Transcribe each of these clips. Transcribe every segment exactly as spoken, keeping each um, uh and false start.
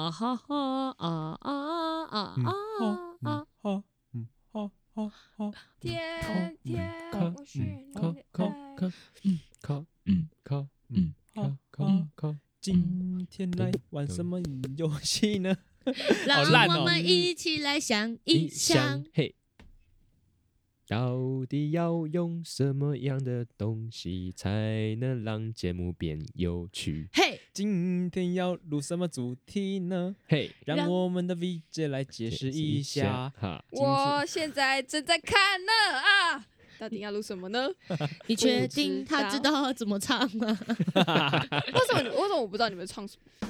啊哈哈啊啊啊啊啊！ 天天我需你的爱。 考嗯考嗯考考考， 今天来玩什么游戏呢？ 让烂哦我们一起来想一想。 嘿，到底要用什么样的东西才能让节目变有趣？ 嘿， 今天要录什么主题呢？ 嘿， 让我们的 V J 来解释一下。 哈， 我现在正在看呢啊，到底要录什么呢？ 你确定他知道怎么唱吗？ 为什么？为什么我不知道你们唱什么？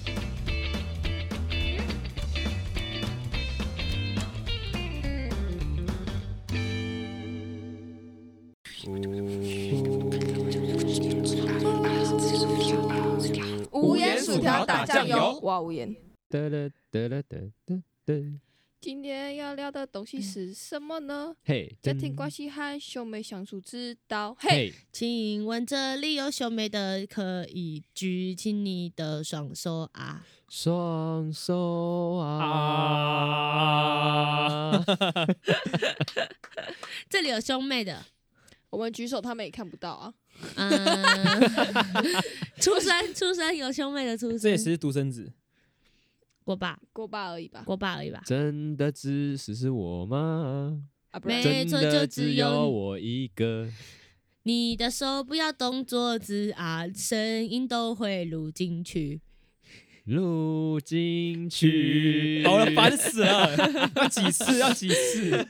无盐薯条打酱油，哇，无盐。 得了得了得得得， 今天要聊的东西是什么呢？ 嘿， 家庭关系和兄妹相处之道。嘿， 嘿， 请问这里有兄妹的，可以举起你的双手啊！ 双手啊！ 啊这里有兄妹的， 我们举手，他们也看不到啊。 嗯，出生出生有兄妹的出生， 这也是独生子。 国爸锅巴而已吧。 国爸而已吧？ 真的只是是我吗？ 啊，不然没错， 真的就只只有有我一个。 你的手不要动作子啊，声音都会录进去。 录进去。 好了，烦死了！要几次？要几次？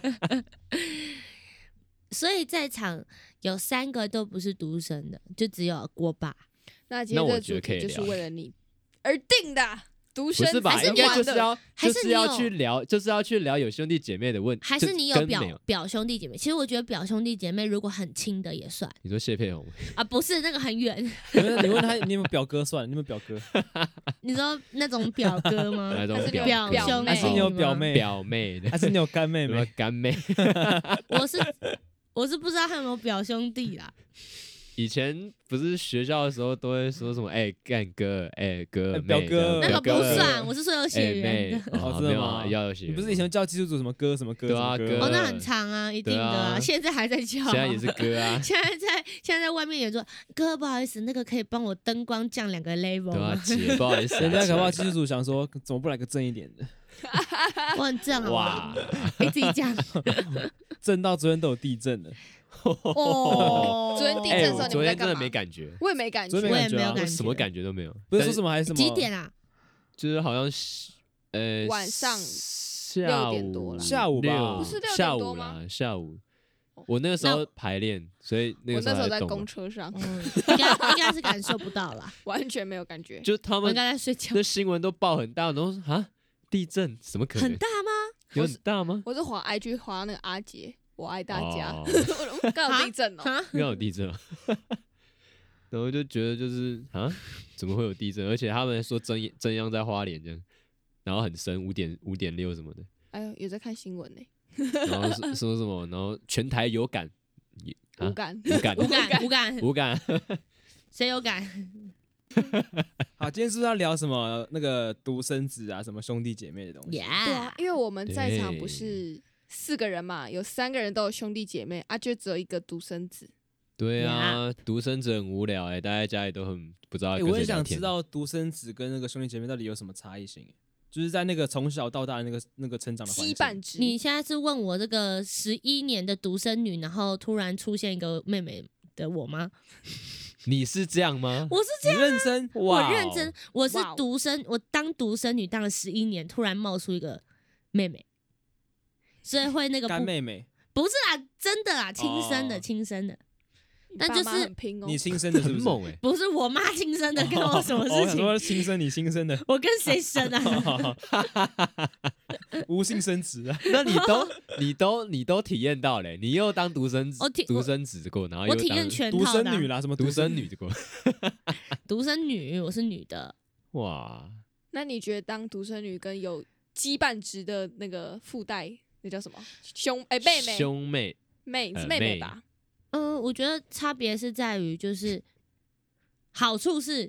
所以在场有三个都不是独生的，就只有锅爸。 那今天这个主题就是为了你而定的。独生不是吧？ 还是应该就是要还就是是要你有去聊，就是要去聊有兄弟姐妹的问题， 还是你有表就跟没有？ 表兄弟姐妹？其实我觉得表兄弟姐妹如果很亲的也算你说谢佩红， 啊，不是那个很远。 你问你问他，你有没有表哥算了？你有没有表哥？ 你说那种表哥吗？ 那种还是表表哥兄妹还是你有吗表妹？ 表妹的， 还是你有干妹什么妹？ 干妹？ 我是我是不知道他有没有表兄弟啦。 以前不是学校的时候都会说什么哎干哥哎哥哎妹表哥这样那个表哥不算，我是说有哎血妹缘的。 哦哦真的吗没有啊要有血缘吗， 你不是以前叫技术组什么哥什么哥对啊哥什么哥？ 哦，那很长啊，一定的对啊现在还在叫。 现在也是哥啊， 现在在现在在外面也说哥，不好意思，那个可以帮我灯光降两个 level 对啊吗？ 姐不好意思啊， 人家搞不好姐技术组想说，怎么不来个正一点的？ 我很正啊， 哇， 你自己讲。 正到昨天都有地震了， 哦， 昨天地哎震的时候你我昨天真的们在干嘛没感觉， 我也没感觉昨。天我也感觉啊没有感觉， 什么感觉都没有， 不是说但什么还是什么？ 几点啊？ 就是好像是呃晚上下六点多午啦下午吧六不是六点下午多吗啦，下午。我那个时候排练，所以那我个时那时候在公候还在动嘛。 车上， 嗯，应该应该是感受不到啦， 完全没有感觉。 就他们我应该在睡觉。 的新闻都报很大，然后说啊，地震怎么可能？ 很大吗？ 有很大吗？ 我是滑 I G 滑那个阿杰，我爱大家， 哦我刚有地震哦。 哈， 刚有地震啊，然后就觉得就是啊，怎么会有地震？而且他们说真真央在花莲这样，然后很深，五点五点六什么的， 哎呦，有在看新闻呢， 然后说说什么，然后全台有感，也啊无感。 无感无感无感， 无感， 谁有感？ 好，今天是不是要聊什么那个独生子啊，什么兄弟姐妹的东西？ 对啊 Yeah，， 因为我们在场对不是四个人嘛，有三个人都有兄弟姐妹啊，就只有一个独生子。 对啊，独生子很无聊哎，待在家里都很不知道哎， 跟我也谁聊天。 想知道独生子跟那个兄弟姐妹到底有什么差异性，就是在那个从小到大的那个那个成长的环境。 羁绊值， 你现在是问我这个十一年的独生女，然后突然出现一个妹妹的我吗？ 你是这样吗？ 我是这样， 你认真？ 我哇哦认真，我是哇哦独生，我当独生女当了十一年，突然冒出一个妹妹，所以会那个不干妹妹， 不是啦，真的啦，亲生的哦亲生的， 你爸妈但就是很拼哦。 你亲生的是不是？ 很猛哎， 不是我妈亲生的，跟我什么哦我想事情？ 说亲生，你亲生的， 我跟谁生啊？ 无性生殖啊！ 那你都你都你都体验到嘞，你又当独生子我体独生子过，然后又我体验当独全套的啊生女啦，什么独生女过， 独生女，我是女的， 哇， 那你觉得当独生女跟有羁绊值的那个附带，那叫什么兄？哎，妹妹， 兄妹妹是呃妹妹妹吧？ 嗯、我觉得差别是在于，就是好处是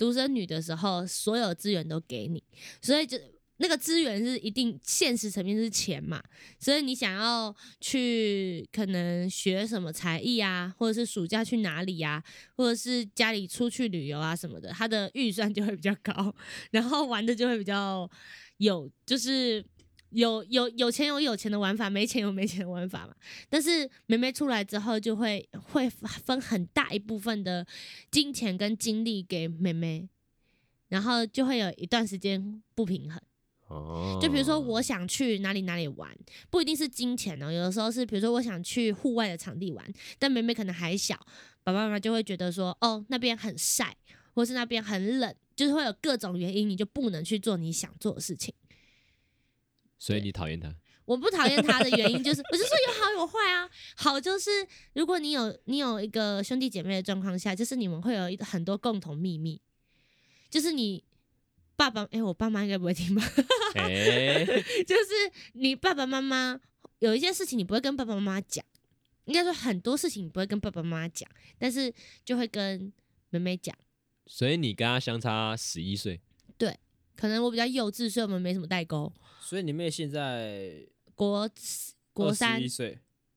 独生女的时候，所有资源都给你，所以就那个资源是一定现实层面是钱嘛，所以你想要去可能学什么才艺啊，或者是暑假去哪里啊，或者是家里出去旅游啊什么的，他的预算就会比较高，然后玩的就会比较有，就是有有有钱有有钱的玩法，没钱有没钱的玩法嘛。但是妹妹出来之后，就会会分很大一部分的金钱跟精力给妹妹，然后就会有一段时间不平衡。 哦， 就比如说我想去哪里哪里玩，不一定是金钱哦，有的时候是比如说我想去户外的场地玩，但妹妹可能还小，爸爸妈妈就会觉得说，哦那边很晒，或是那边很冷，就是会有各种原因，你就不能去做你想做的事情。 所以你讨厌他？ 我不讨厌他的原因就是，我就说有好有坏啊。好就是如果你有你有一个兄弟姐妹的状况下，就是你们会有一很多共同秘密，就是你爸爸，哎、欸，我爸妈应该不会听吧？ 哎、 就是你爸爸妈妈有一些事情你不会跟爸爸妈妈讲，应该说很多事情你不会跟爸爸妈妈讲，但是就会跟妹妹讲。 所以你跟他相差十一岁， 对，可能我比较幼稚，所以我们没什么代沟。 所以你妹现在国国三一岁，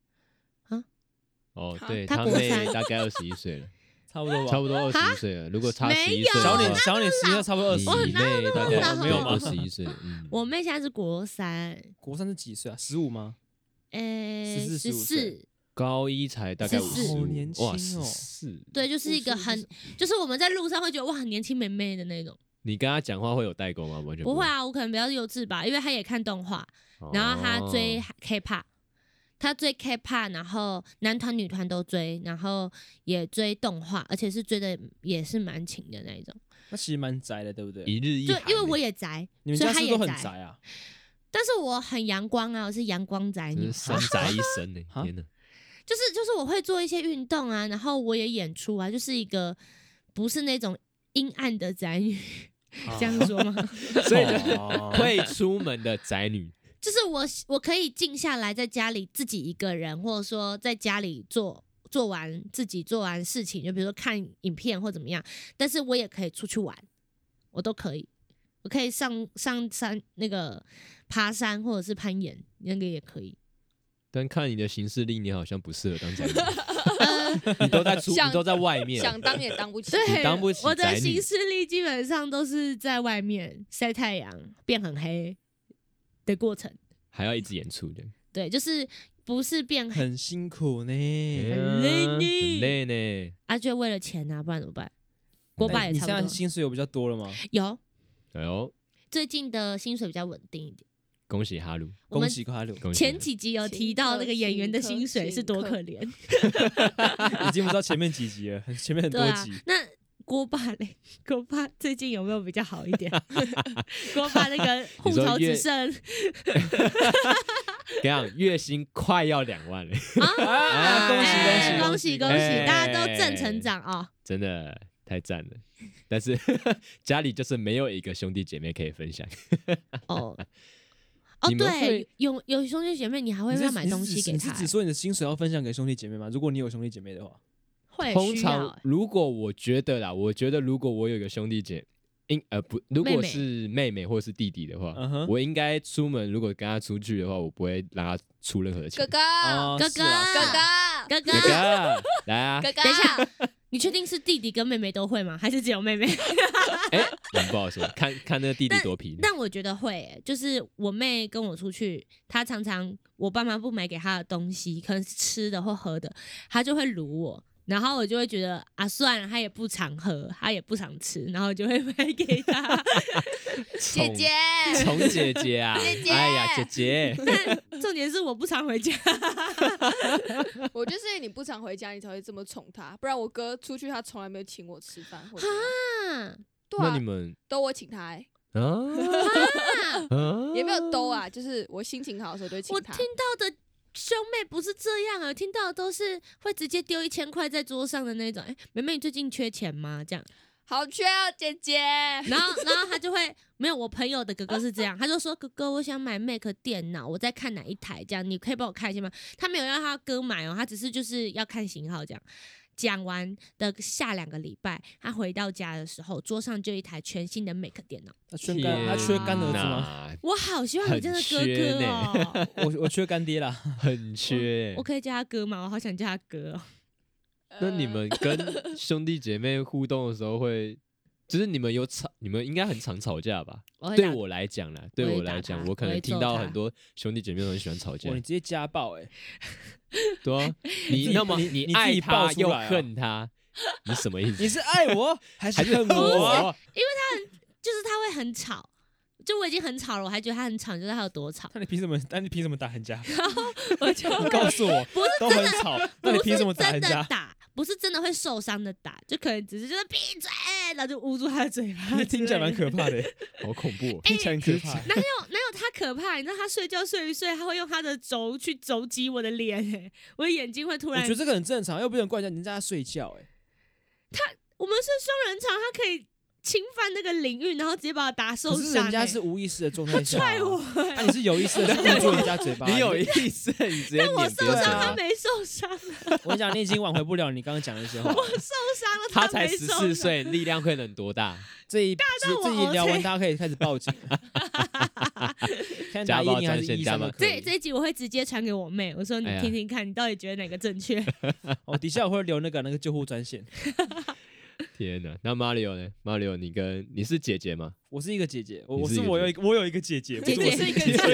哦， 好对他他国三妹大概二十一岁了， 差不多吧？ 差不多二十一岁了。如果差十没有一岁的话， 小你小你十一岁，差不多二十。 你妹大概哪有没有吗二十一岁，嗯， 我妹现在是国三， 国三是几岁啊？十五吗？ 诶、 十四十十五岁四， 高一才大概五十四十好年轻哇， 哦十四， 对，就是一个很，就是我们在路上会觉得哇，很年轻妹妹的那种。 你跟他讲话会有代沟吗？完全会， 不会啊，我可能比较幼稚吧，因为她也看动画， 哦然后她追 K-pop，她追 K-pop，然后男团女团都追，然后也追动画，而且是追的也是蛮勤的那一种。 那其实蛮宅的，对不对？ 一日一就韩因为我欸也宅， 你们所以家是不是都她也宅， 很宅啊？ 但是我很阳光啊，我是阳光宅女真是，三宅一生呢， 啊天哪！ 就是就是我会做一些运动啊，然后我也演出啊，就是一个不是那种阴暗的宅女，这样说吗？ 所以就是哦会出门的宅女， 就是我我可以静下来在家里自己一个人，或者说在家里做做完自己做完事情，就比如说看影片或怎么样，但是我也可以出去玩，我都可以，我可以上上山那个爬山或者是攀岩，那个也可以。 但看你的行事历，你好像不适合当宅女， 呃， 你都在出， 想你都在外面， 想当也当不起。 对， 你当不起我的宅女行事历基本上都是在外面晒太阳变很黑的过程。 还要一直演出的， 对，就是不是变黑很辛苦呢。 很累呢很累呢。 啊，就为了钱啊，不然怎么办？锅巴那你现在也差不多。 薪水有比较多了吗？ 有哎呦， 最近的薪水比较稳定一点。 恭喜哈鲁， 我们恭喜快乐！ 恭喜！ 前几集有提到那个演员的薪水是多可怜， 已经不知道前面几集了，很前面很对啊多集。。 那锅巴嘞，锅巴最近有没有比较好一点？锅巴那个户头只剩跟你讲，月薪快要两万了， 啊， 恭喜哎恭喜恭喜恭喜， 哎大家都正成长啊！ 真的太赞了。但是家里就是没有一个兄弟姐妹可以分享， 哦哦， 你们对会， 有有兄弟姐妹，你还会你是要买东西给他你是只，说你的薪水要分享给兄弟姐妹吗？如果你有兄弟姐妹的话， 会通需要常如果我觉得啦，我觉得如果我有一个兄弟姐，应呃不，如果妹妹是妹妹或是弟弟的话， 嗯哼我应该出门如果跟他出去的话，我不会让他出任何的钱。 哥哥， 哥哥哦是啊是啊哥哥， 哥哥哥哥，来啊！ 哥哥， 等一下，你确定是弟弟跟妹妹都会吗？还是只有妹妹？ 哎，很不好说，看看那个弟弟多皮。 但我觉得会欸、就是我妹跟我出去，她常常我爸妈不买给她的东西，可能是吃的或喝的，她就会撸我，然后我就会觉得啊，算了，她也不常喝，她也不常吃，然后就会买给她。 姐姐， 宠姐姐啊！ 姐姐哎呀，姐姐， 但重点是我不常回家。 我就是因为你不常回家，你才会这么宠他，不然我哥出去他从来没有请我吃饭，或者啊对啊那你，们都我请他、欸， 啊啊也没有都啊，就是我心情好的时候就会请他我听。到的兄妹不是这样啊，听到的都是会直接丢一千块在桌上的那种。哎、妹妹你最近缺钱吗？这样。 好缺哦，姐姐。 然后，然后他就会没有我朋友的哥哥是这样，他就说哥哥，我想买 Mac 电脑，我在看哪一台，这样你可以帮我看一下吗？他没有让他哥买哦，他只是就是要看型号这样。 讲完的下两个礼拜，他回到家的时候，桌上就一台全新的 Mac 电脑。 他缺干，他缺干儿子吗？ 哪？ 我好希望你真的哥哥哦， 我我缺干爹啦。 很缺我。可以叫他哥吗？我好想叫他哥哦。 那你们跟兄弟姐妹互动的时候会，就是你们有吵，你们应该很常吵架吧？对我会打我来讲啦，对我会打我来讲， 他我可能听我会揍他到很多兄弟姐妹都很喜欢吵架哇，你。直接家暴哎！ 对啊， 自己你那么你你自爱己爆他又出来啊恨他，你什么意思？ 你是爱我还是还是恨恨我？ 我？ 就是他会很吵，就我已经很吵了，我还觉得他很吵，你知道他有多吵？ 那你凭什么？那你凭什么打人家？ 我就你会告诉我， 不是都很吵，那你不是凭什么打人家？ 真的打，不是真的会受伤的打，就可能只是就是闭嘴，然后就捂住他的嘴巴之类的。 听起来蛮可怕的欸， 好恐怖哦！ 听起来很可怕。 哪有哪有他可怕？你知道他睡觉睡一睡，他会用他的肘去肘击我的脸，哎，我的眼睛会突然。 我觉得这个很正常，又不能怪人家，人家在睡觉哎。 我们是双人床，他可以侵犯那个领域，然后直接把我打受可伤、 是人家欸是无意识的状态下啊， 踹我， 那你是有意识的捂住人家嘴巴。 你有意思，你直接但我撵别人受伤， 啊他没受伤， 我跟你讲，你已经挽回不了你刚刚讲的那些话。 我受伤了， 他才十没受伤。 四岁，力量会能多大？ 这一到我这一聊完， OK 大家可以开始报警了。看打家暴一零还是专线家暴一三都可以。 这这一集我会直接传给我妹，我说你哎呀听听看，你到底觉得哪个正确？ 哦，底下我会留那个那个救护专线。 天哪！那 Mario 呢？Mario，你跟你是姐姐吗？ 我是一个姐姐，我你是一个我是我有一个我有一个姐姐，不是我姐姐是一个姐姐。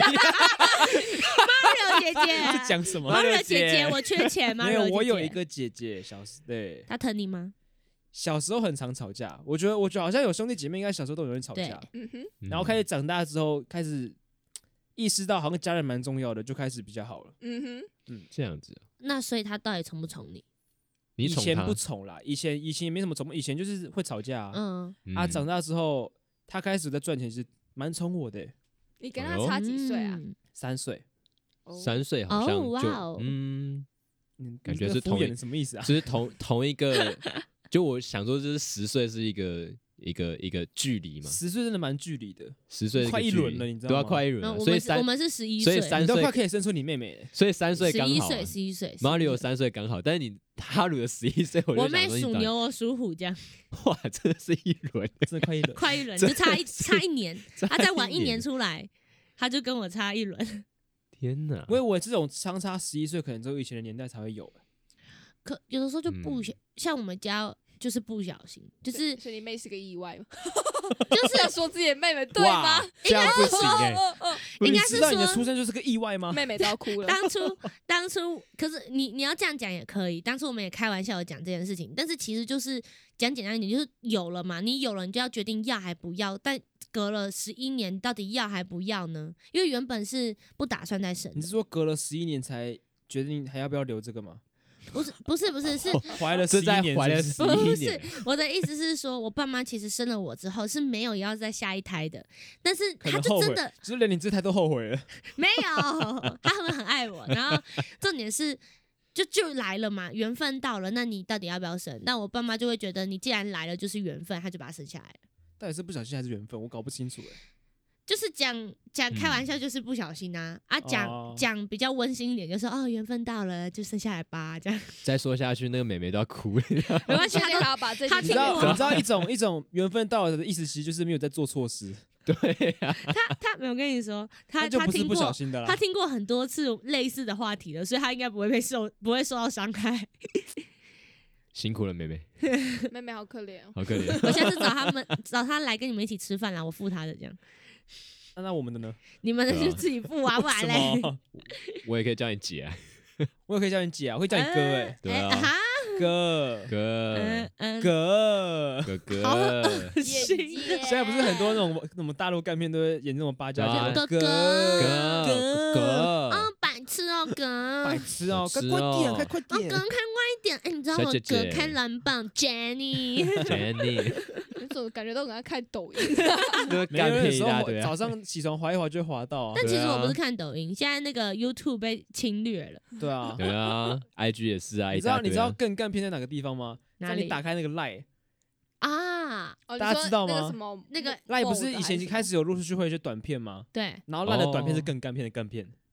Mario 姐在姐讲什么？ ，Mario 姐姐姐，我缺钱吗？ 没有， Mario 我有姐姐一个姐姐，小时对她疼你吗？ 小时候很常吵架。我觉得，我觉得好像有兄弟姐妹，应该小时候都有人吵架。 嗯哼， 然后开始长大之后，开始意识到好像家人蛮重要的，就开始比较好了。 嗯哼， 嗯这样子哦， 那所以她到底宠不宠你？ 你宠他以前不宠啦，以前以前也没什么宠，以前就是会吵架啊。 嗯， 啊， 嗯长大之后，他开始在赚钱，其实蛮宠我的欸。 你跟他差几岁啊？ 嗯三岁， 哦三岁好像哦哇就哦嗯， 嗯， 感你这个敷觉是同一衍什么意思啊？ 就是同同一个，就我想说，就是十岁是一个一个一个距离嘛， 十岁真的蛮距离的， 十岁是一个快一距离轮了你知道对啊， 吗嗯， 快一轮了， 我们是我所以三们是十一岁， 所以三你都快岁， 可以生出你妹妹了。 所以三岁十一岁， 刚好啊。 十一岁。 Mario 11岁三岁刚好，但是你哈鲁的十一岁，我就我妹想说你到底属牛，我属虎，这样哇，真的是一轮， 真的快一轮。 快一轮， 真就差一的是差一年， 差她再晚一一年出来，她就跟我差一轮。 天哪！ 我以为这种相差十一岁，可能只有以前的年代才会有欸。 可有的时候就不嗯小，像我们家就是不小心，就是所以你妹是个意外吗？ 就是要说自己的妹妹对哇吗？ 这样不行哎， 哦哦哦应该是你知道你的说出生就是个意外吗？ 妹妹都要哭了。 当初当初，可是你你要这样讲也可以。当初我们也开玩笑的讲这件事情，但是其实就是讲简单一点，就是有了嘛，你有了，你就要决定要还不要。但隔了十一年，到底要还不要呢？因为原本是不打算再生的你是，说隔了十一年才决定还要不要留这个吗？ 不是不是不是是。 怀了十是在一年怀了是不是不是十一年， 我的意思是说，我爸妈其实生了我之后是没有要再下一胎的，但是他可能后悔就真的， 就是连你这台都后悔了。 没有，他们很爱我。然后重点是，就就来了嘛，缘分到了，那你到底要不要生？那我爸妈就会觉得，你既然来了就是缘分，他就把它生下来了。 到底是不小心还是缘分？我搞不清楚哎。 就是讲讲开玩笑，就是不小心啊、啊！讲哦讲比较温馨一点，就说哦，缘分到了，就生下来吧，这样再说下去，那个妹妹都要哭了。 没关系， 确定他都还要把这他集你知道听过你知道一种一种缘分到了的意思，其实就是没有在做错事， 对呀， 他他没有跟你说，他那就不是不小他听过。 心的啦。 他听过很多次类似的话题了，所以他应该不会被受不会受到伤害。 辛苦了，妹妹， 妹妹好可怜哦。 好可怜。 我下次找他们找他来跟你们一起吃饭啦，我付他的这样， 那那我们的呢？ 你们的对啊就自己付啊，不然什嘞。 么？ 我也可以叫你姐啊， 我也可以叫你姐啊，我会叫你哥哎， 对啊哈， 哥哥嗯嗯， 哥。 哥好哥， 恶心姐姐现在不是很多那种什么大陆干片都会演这种八加啊九哥哥哥哥哥哦，白痴哦，哥， 白痴哦，快白痴快点， 哦快快哦，哥点！ 看快一点！哎、你知道我小姐姐哥开蓝棒 Jenny， Jenny， 你怎么感觉都很爱看抖音？ 那个没有干片有时候一大堆啊早。上起床滑一滑就会滑到啊， 但其实对啊我不是看抖音，现在那个 YouTube 被侵略了。 对啊。 对啊，I G 也是啊， 你知道一大堆啊你知道更干片在哪个地方吗？ 哪里在你打开那个 Line，Line 啊？ 哦， 大家你说知道吗那个什么那个 Vogue 不是以前还什么开始有陆陆续续会有一些短片吗？ 对， 然后 Line 的短片是哦更干片的干片，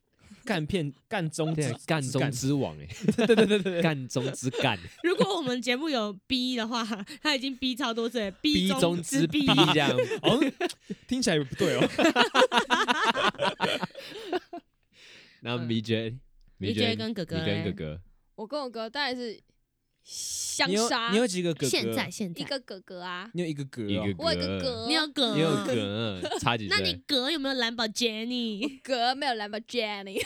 干片干中之对啊，干中之王哎， 对对对对， 干中之干如果我们节目有 B 的话，他已经 B 超多次了，B ，B 中之 B B 这样。 哦，听起来也不对哦。 那 B J B J 跟哥哥你跟嘞哥哥， 我跟我哥当然是相你有杀你，有几个哥哥？ 现在现在一个哥哥啊， 你有一个哥哦一个我有一个哥， 你有哥， 你有哥，差几那你岁？ 哥有没有蓝宝 Jenny？ 哥没有蓝宝 Jenny，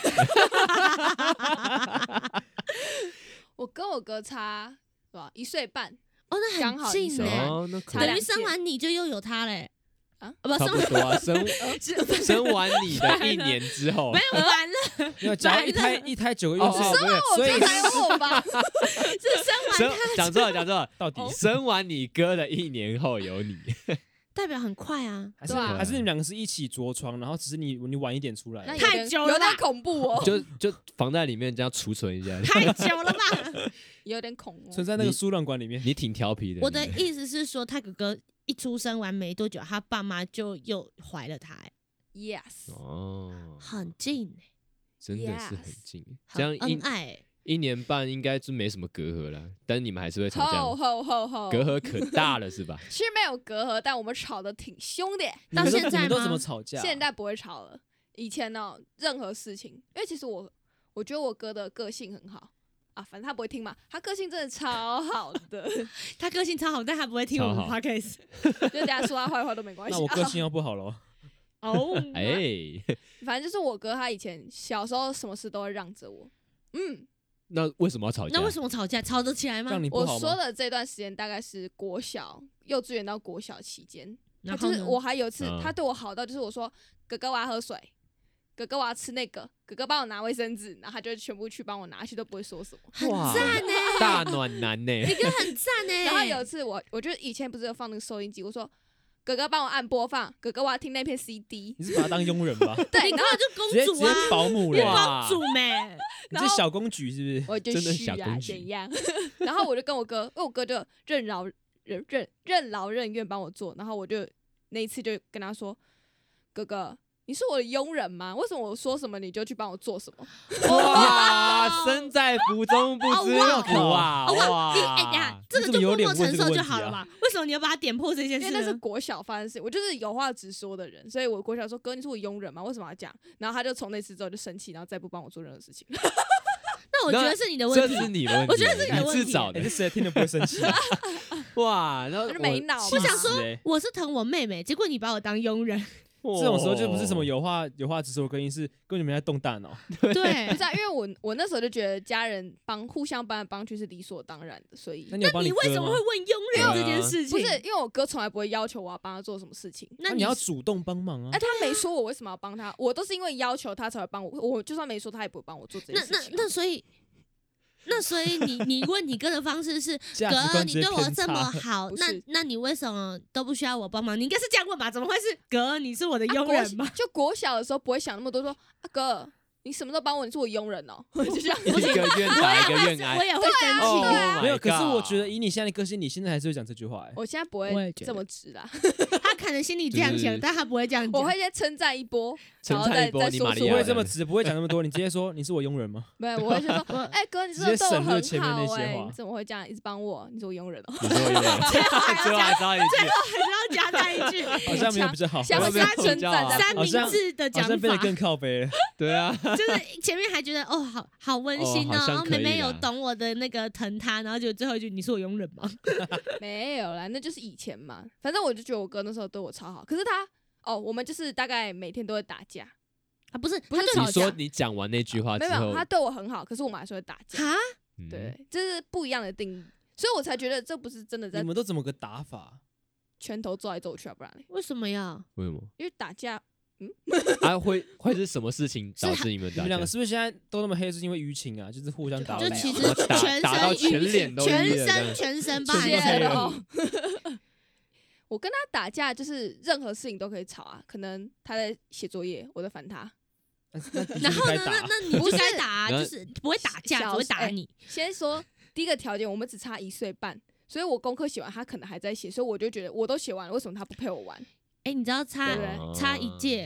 我跟我哥差是吧一岁半， 哦，那刚好一岁很近呢， 哦，那可差两届等于生完你就又有他嘞。 啊不， 差生完不多啊，生生完你的一年之后没，有完了， 没有，假如一胎一胎九个月哦是， 哦不是我所以哥才我吧， 是生生完讲错了讲错了， 到底生完你哥的一年后有你， 代表很快啊。 还是对啊还是你们两个是一起着床，然后只是你你晚一点出来那。有太点有点久了吧恐怖哦， 就就放在里面这样储存一下。 太久了吧？ 有点恐哦。 存在那个输卵管里面。 你挺调皮的。 我的你意思是说，他哥哥一出生完没多久，他爸妈就又怀了他、欸， Yes， 哦， 很近、欸， 真的是很 Yes 近，这样很一恩爱、欸。 一年半应该就没什么隔阂了，但是你们还是会吵吼架， 吼吼吼， 隔阂可大了是吧？ 其实没有隔阂，但我们吵得挺凶的耶。 你们都到现在吗你们都怎么吵架？ 现在不会吵了，以前呢，任何事情，因为其实我我觉得我哥的个性很好啊，反正他不会听嘛，他个性真的超好的， 他个性超好，但他不会听我们超好 podcast。 就等下说他坏话都没关系。 那我个性要不好了。 哦， 哎， 反正就是我哥，他以前小时候什么事都会让着我。嗯， 那为什么要吵架？ 那为什么吵架？吵得起来吗让？你不我好吗？ 说的这段时间大概是国小、幼稚园到国小期间，他然后呢就是我还有一次， 嗯他对我好到就是我说哥哥我要喝水，哥哥我要吃那个，哥哥帮我拿卫生纸，然后他就全部去帮我拿去，都不会说什么。 很哇赞呢、 大暖男呢？ 你哥很赞呢、 然后有一次我，我就以前不是有放那个收音机，我说哥哥帮我按播放，哥哥我要听那片 C D。 你是把他当佣人吧？ 对， 你根然后本就公主啊， 直接直接保姆了， 哇公主没。 你这小公举是不是？ 我就真的虚啊小公举怎样？然后我就跟我哥，因为我哥就任劳任任任劳任怨帮我做，然后我就那一次就跟他说，哥哥。你是我的佣人吗？为什么我说什么你就去帮我做什么？ 哇，身在福中不知福啊！ 哦哇， 哇， 你哎呀，这你怎么有个就默脸问这个默承受就问题啊好了吧？为什么你要把他点破这件因为那是事呢？ 国小发生的事，我就是有话直说的人，所以我国小说哥你是我佣人吗？为什么要这样？然后他就从那次之后就生气，然后再不帮我做任何事情。 那我觉得是你的问题这是。你的问题， 我觉得是你的问题哎， 自找的这谁听了不会生气？ 哇！然后他就没脑嘛我想说气死欸我是疼我妹妹，结果你把我当佣人。 这种时候就不是什么有有话有话直说的根音，是根本没在动大脑。 对不是、啊，因为我我那时候就觉得家人帮互相帮来帮去是理所当然的，所以那你有帮你哥吗为什么会？问佣人这件事情？ 不是因为我哥从来不会要求我要帮他做什么事情。 那那你要主动帮忙啊哎、！他没说我为什么要帮他，我都是因为要求他才会帮我。我就算没说，他也不会帮我做这件那那事情啊。 那所以。那所以你你问你哥的方式是哥， 价值观直接你对我这么偏差好，那不是那你为什么都不需要我帮忙？你应该是这样问吧？怎么会是哥？你是我的啊国佣人吗？ 就国小的时候不会想那么多说，啊哥，你什么时候帮我？你是我佣人哦，就这样。 一个愿打一个愿挨我。也会生气。 哦没有， my 可是我 God 觉得以你现在的个性，你现在还是会讲这句话。哎， 我现在不我也会觉得这么直啦， 他可能心里这样想， 就是但他不会这样讲。 我会先称赞一波， 称然后再赞一波再说出你玛利亚不会我这么直，不会讲那么多，你直接说你是我佣人吗？ 没有，我会先说，哎、哥，你真的直接省略对我很前面那好哎、 些话你怎么会这样一直帮我？你是我佣人哦。 你说有点，最后还招一句， 还是要加他一句好像没有比较好， 想要不要要称赞再三明好像治的讲好像变得法， 更靠背了。 对啊， 就是前面还觉得哦，好好温馨哦， 哦好像然后妹妹可以啦有懂我的那个疼他，然后就最后一句你是我佣人吗？ 没有啦，那就是以前嘛。反正我就觉得我哥那时候对我超好，可是他哦，我们就是大概每天都会打架， 啊，不是， 不是他对你说吵架你讲完那句话之后没有没有，，他对我很好，可是我们还是会打架。 哈， 嗯， 对，这是不一样的定义，所以我才觉得这不是真的在你们都怎么个打法？ 拳头揍来揍去啊，不然嘞为什么要？ 为什么？ 因为打架啊，会会是什么事情导致你们打架你们两个？是不是现在都那么黑？是因为舆情啊？就是互相打呗。 就其实然后打全打到身全脸都全淤了这样身全身包谢含全部了黑了。 我跟他打架就是任何事情都可以吵啊，可能他在写作业，我在烦他。 那那的确然后呢？ 是该打那那你就不是该打啊， 然后就是不会打架， 小只会打哎你。 先说第一个条件，我们只差一岁半，所以我功课写完，他可能还在写，所以我就觉得我都写完了，为什么他不陪我玩？ 哎，你知道差对不对哦差一届，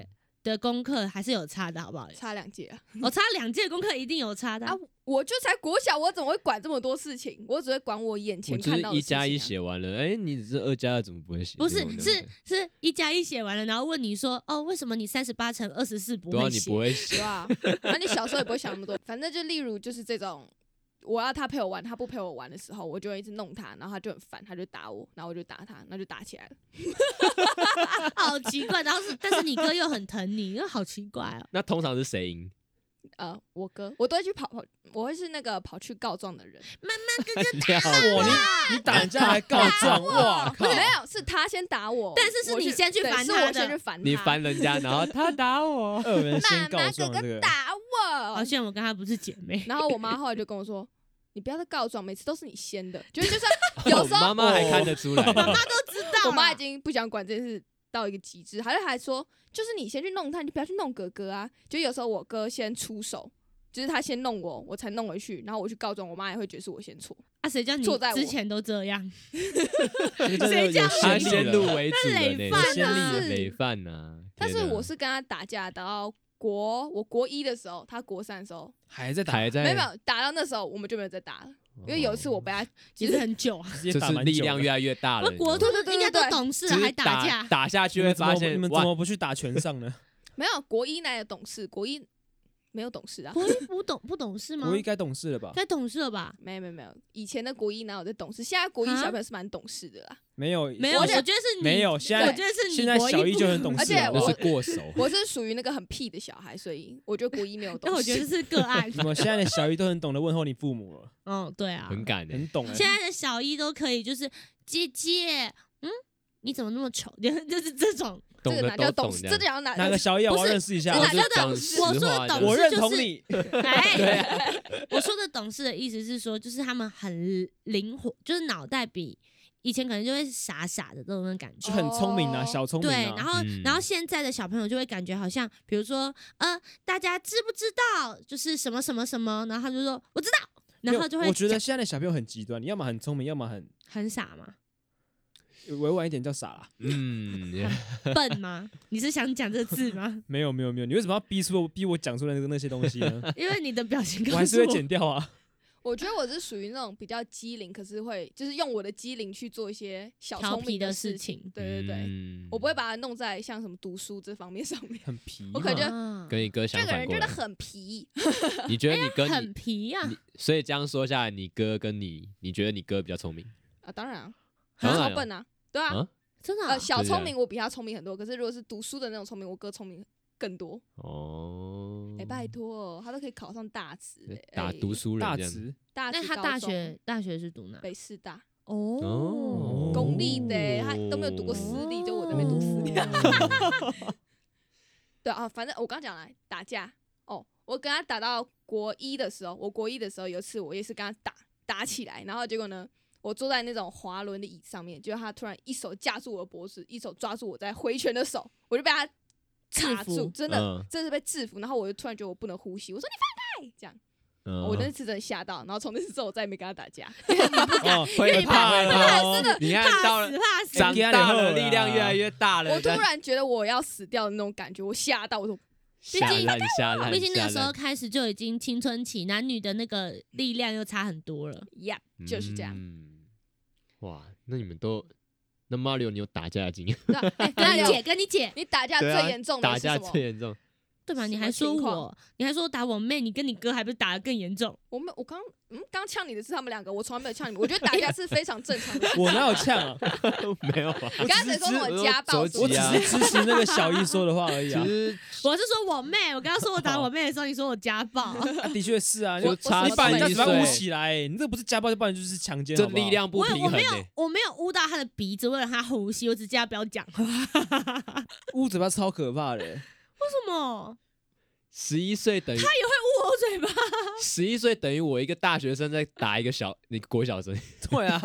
的功课还是有差的，好不好？ 差两届啊。 我、哦、差两届功课一定有差的啊，我就才国小，我怎么会管这么多事情？我只会管我眼前我就是看到的事情、啊。 一加一写完了，哎、欸，你这二加二怎么不会写？ 不是，是是一加一写完了，然后问你说，哦，为什么你三十八乘二十四不会写？ 对啊，你不会写， 对啊。那你小时候也不会想那么多，反正就例如就是这种。我要他陪我玩，他不陪我玩的时候，我就会一直弄他，然后他就很烦，他就打我，然后我就打他，然后就打起来了。 好奇怪，然后是，但是你哥又很疼你，又好奇怪哦。 那通常是谁赢？ 呃，我哥，我都会去跑跑，我会是那个跑去告状的人。 妈妈，哥哥打我， 你你打人家还告状，哇靠！ 没有，是他先打我， 但是是你先去烦他的， 我先去烦他， 你烦人家，然后他打我， 二人先告状， 妈妈哥哥打我， 好像我跟他不是姐妹。 然后我妈后来就跟我说。你不要再告状，每次都是你先的，就是就是有时候妈妈还看得出来， 妈妈都知道， 我妈已经不想管这件事到一个极致，还是还说，就是你先去弄他，你就不要去弄哥哥啊。就有时候我哥先出手，就是他先弄我，我才弄回去，然后我去告状，我妈也会觉得是我先错。 啊，谁叫你之前都这样？ 谁叫他先入为主的累犯啊， 累犯呐。 但是我是跟他打架打到国，我国一的时候，他国三的时候还在打， 还在没有没有打到那时候我们就没有再打了。因为有一次我被他其实很久啊， 就是力量越来越大了。 国中应该都懂事了，还打架， 打下去会发现你们怎么不去打拳上呢？ 没有，国一哪有懂事？国一没有懂事啊。 国一不懂不懂事吗？ 国一该懂事了吧？ 该懂事了吧？ 没有没有没有，以前的国一哪有在懂事？现在国一小朋友是蛮懂事的啦。 没有没有，我觉得是你没有，现在我觉得是你现在小一就很懂事， 而且我是过手， 我是属于那个很屁的小孩，所以我觉得国一没有懂事。 但我觉得是个案。 怎么现在的小一都很懂得问候你父母了？ 嗯，对啊， 很敢， 很懂。 现在的小一都可以，就是姐姐，嗯，你怎么那么丑？就是这种。 这个哪叫懂事？这叫哪？ 哪个小一啊？我要认识一下。 哪叫懂事？我说的懂事， 我认同你。 哎，我说的懂事的意思是说，就是他们很灵活，就是脑袋比以前可能就会傻傻的这种感觉， 就很聪明啊，小聪明。 对，然后然后现在的小朋友就会感觉好像，比如说呃，大家知不知道就是什么什么什么，然后他就说我知道，然后就会。 我觉得现在的小朋友很极端，你要么很聪明，要么很很傻嘛。 委婉一点叫傻啦， 嗯， 笨吗？你是想讲这个字吗？ 没有没有没有，你为什么要逼出逼我讲出来那个那些东西呢？ 因为你的表情告诉我， 我还是会剪掉啊。 我觉得我是属于那种比较机灵，可是会就是用我的机灵去做一些小聪明的事情。 对对对， 嗯、 我不会把它弄在像什么读书这方面上面。 很皮， 我可能觉得跟你哥相这个反过来， 人真的很皮。 你觉得你跟你、 哎、很皮呀、啊？ 所以这样说下来，你哥跟你，你觉得你哥比较聪明啊？当然啊， 当然超笨啊，对啊。 啊真的、啊呃，小聪明我比他聪明很多，可是如果是读书的那种聪明，我哥聪明更多。 哦， 哎、欸，拜托，他都可以考上大职、欸， 打读书人大职， 大职。 那他大学大学是读哪？ 北师大。 哦， 公立的、欸，他都没有读过私立，就我这边读私立。对啊，反正我刚讲了打架哦，我跟他打到国一的时候，我国一的时候有一次我也是跟他打打起来，然后结果呢？我坐在那种滑轮的椅子上面，结果他突然一手架住我的脖子，一手抓住我在挥拳的手，我就被他卡住，真的， 嗯、 真的是被制服。然后我就突然觉得我不能呼吸，我说你放开，这样。嗯、我那次真的吓到，然后从那次之后我再也没跟他打架，因为你不敢， 哦、会怕了，真的， 你看到了，长大了，力量越来越大了。 我突然觉得我要死掉的那种感觉，我吓到，我说。 毕竟， 毕竟那个时候开始就已经青春期，男女的那个力量又差很多了。 呀、yeah, 就是这样、 嗯。哇，那你们都，那 Mario 你有打架的经验？ 哎， 跟你姐，跟你姐， 你打架最严重的是什么？打架最严重， 对吧？你还说我，你还说我打我妹，你跟你哥还不是打得更严重？ 我们，我刚，嗯，刚呛你的是他们两个，我从来没有呛你们。我觉得打架是非常正常的。 我哪有呛啊？ 没有啊。 你刚才说我家暴， 我只是支持那个小一说的话而已啊。 我是说我妹，我刚刚说我打我妹的时候，你说我家暴。 啊、的确是啊， 我你把人家嘴巴捂起来，你这不是家暴，不然就是强奸。 这力量不平衡、欸。 我没有，我没有捂到他的鼻子，为了他呼吸，我只叫他不要讲话。 捂嘴巴超可怕的、欸。 为什么？ 十一岁等于他也会捂我嘴巴。 十一岁等于我一个大学生在打一个小你国小生。 对啊，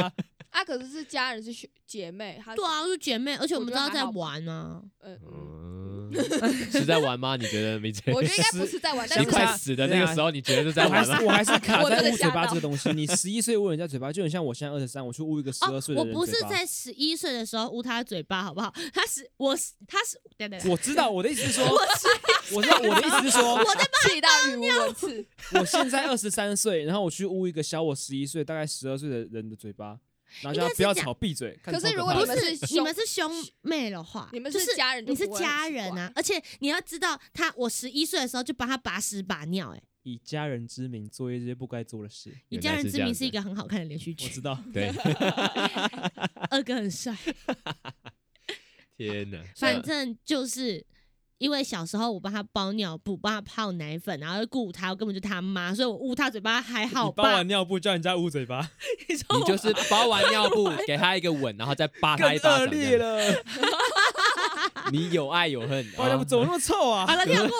啊，可是是家人是兄姐妹，她对啊，是姐妹，而且我们知道在我觉得还好玩啊。 呃嗯， 嗯，是在玩吗？你觉得米姐？ 我觉得应该不是在玩，但你是快死的那个时候，你觉得是在我还玩吗？ 是我还是卡我真的在捂嘴巴吓到这个东西。你十一岁捂人家嘴巴，就很像我现在二十三，我去捂一个十二岁的哦，我人嘴巴。 不是在十一岁的时候捂他的嘴巴，好不好？他是我是他是，等等， 我知道我的意思是说， 我是我知道我的意思是说， 我在气到语无伦次。 我现在二十三岁，然后我去捂一个小我十一岁、大概十二岁的人的嘴巴，然后叫他不要吵，闭嘴。看可是超怕的如果你们不是是你们是兄妹的话， 你们就是家人就你是不会很奇怪家人啊，而且你要知道，他我十一岁的时候就帮他把屎把尿，哎， 以家人之名做一些不该做的事， 以原家人之名来是这样子是一个很好看的连续剧， 我知道。 对， 二哥很帅， 天哪！ 反正就是。因为小时候我帮他包尿布，帮他泡奶粉，然后顾他，我根本就他妈，所以我捂他嘴巴还好你包吧？ 完尿布叫人家捂嘴巴， 你说我你就是包完尿布给他一个吻，然后再扒他更一巴恶掌这样。 劣了。 你有爱有恨。 包尿布怎么那么臭啊好？了，跳过。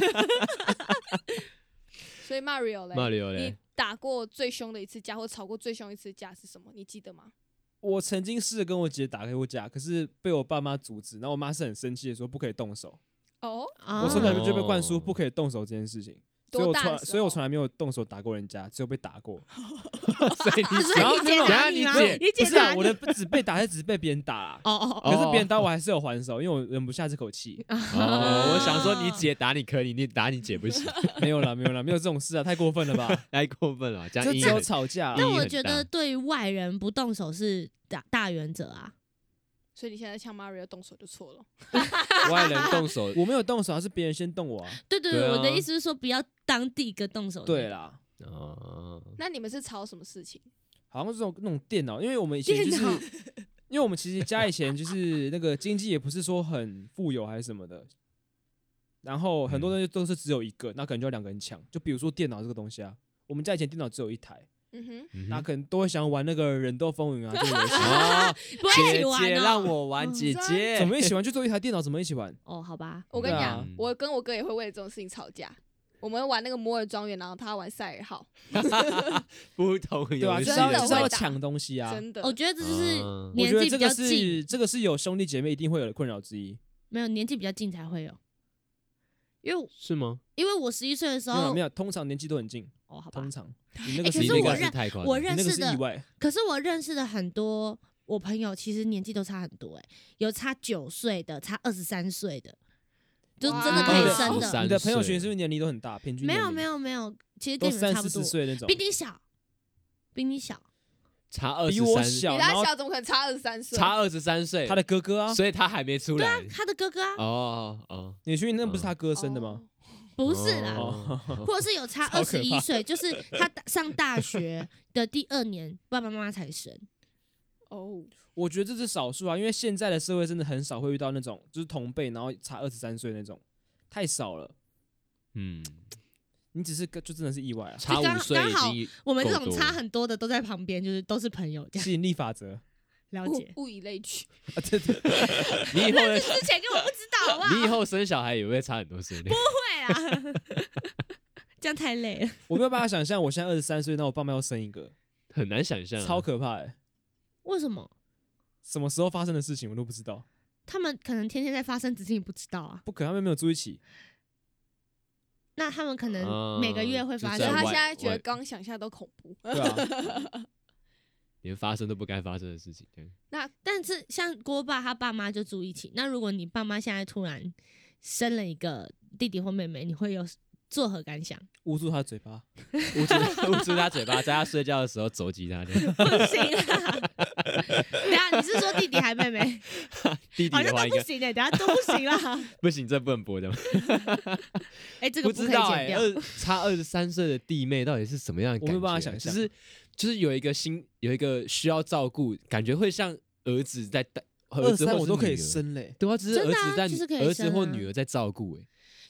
所以 Mario 嘞 Mario 你嘞， 打过最凶的一次架，或吵过最凶一次架是什么？你记得吗？ 我曾经试着跟我姐打开过架，可是被我爸妈阻止，然后我妈是很生气的说不可以动手。 哦， 我从小就被灌输哦不可以动手这件事情，所以多我从来大的时候所以我从来没有动手打过人家，只有被打过。 所以你所以你姐然后没有打你吗？ 然后你你姐不是啊， 打你我的只被打，是只被别人打啦。 哦哦可是别人打我还是有还手，因为我忍不下这口气。 哦，我想说你姐打你可以，你打你姐不行， 没有啦，没有啦，没有这种事啊，太过分了吧？ 太过分了，这样就只有阴影很吵架啊。 但阴影很大我觉得对于外人不动手是大大原则啊。 所以你现在呛 Mario 动手就错了。 外人动手， 我没有动手啊，是别人先动我啊。 对对对， 对啊我的意思是说，不要当第一个动手的。 对，啦， 哦， 那你们是吵什么事情？ 好像是这种那种电脑，因为我们以前就是电脑， 因为我们其实家以前就是那个经济也不是说很富有还是什么的，然后很多东西都是只有一个，那可能就要两个人抢。就比如说电脑这个东西啊，我们家以前电脑只有一台， 嗯哼， 嗯哼那可能都会想玩那个忍斗风云啊这个游戏。 哦， 不会一姐起玩哦。 姐让我玩姐姐， 怎么一起玩？就只有一台电脑，怎么一起玩？ 哦，好吧， 我跟你对啊讲，我跟我哥也会为了这种事情吵架。我们玩那个摩尔庄园，然后他玩赛尔号， 不同对吧、 游戏就是要就是要真的会打抢东西啊。 真的。 我觉得这就是嗯我觉得年纪比较这个是近， 这个是有兄弟姐妹一定会有的困扰之一。 没有年纪比较近才会有。因为是吗？ 因为我十一岁的时候没有没，有，通常年纪都很近， 哦，好吧通，常你那哎可个是那个是我认是太夸张， 我你那个认识的， 是意外。 可是我认识的很多我朋友，其实年纪都差很多，哎，有差九岁的，差二十三岁的，就真的可以哇生的。 三你的朋友圈岁是不是年龄都很大？平均没有年龄没有没有，其实都跟你们差不多三四十，岁那种比，你小，比你小。 差二比十三， 我小， 比然后他小怎么可能差二十三岁？ 差二十三岁， 他的哥哥啊， 所以他还没出对啊来，。 他的哥哥啊， 哦哦， 你确定那不是他哥生的吗？ 不是啦， 哦或者是有差超二可怕十一岁，就是他大上大学的第二年，爸爸妈妈才生。 哦， 我觉得这是少数啊，因为现在的社会真的很少会遇到那种就是同辈然后差二十三岁那种，太少了。 嗯， 你只是个就真的是意外啊， 差刚五岁已刚好经我们这够多了种差很多的都在旁边，就是都是朋友这样吸引力法则了解。 物物以类聚。 啊，对对， 你以后的之前根本不知道，好不好？ 你以后生小孩也会差很多岁的。 会啊，这样太累了。 我没有办法想象，我现在二十三岁，那我爸妈要生一个， 很难想象啊， 超可怕哎、 为什么？ 什么时候发生的事情我都不知道， 他们可能天天在发生，只是你不知道啊。 不可能他们没有住一起。 那他们可啊能每个月会发就在生所以他外现在觉得外刚想象都恐怖。 对啊， 连发生都不该发生的事情。对那但是像郭爸他爸妈就住一起，那如果你爸妈现在突然生了一个弟弟或妹妹，你会有作何感想？ 捂住他的嘴巴， 捂住捂住他嘴巴，在他睡觉的时候肘击他这样。 不行啊！等一下你是说弟弟还妹妹？ 弟弟好像的话应该都不行的、等一下都不行啦。 不行，这不能播的吗？ 哎、这个可以不知道哎、 剪掉。 二差二十三岁的弟妹到底是什么样的感觉、啊？ 我没有办法想象就是就是有一个心，有一个需要照顾，感觉会像儿子在带儿二子或是三我都可以女儿。 生嘞、 对啊，只是真的啊儿子在、 就是可以儿子或生啊女儿在照顾哎、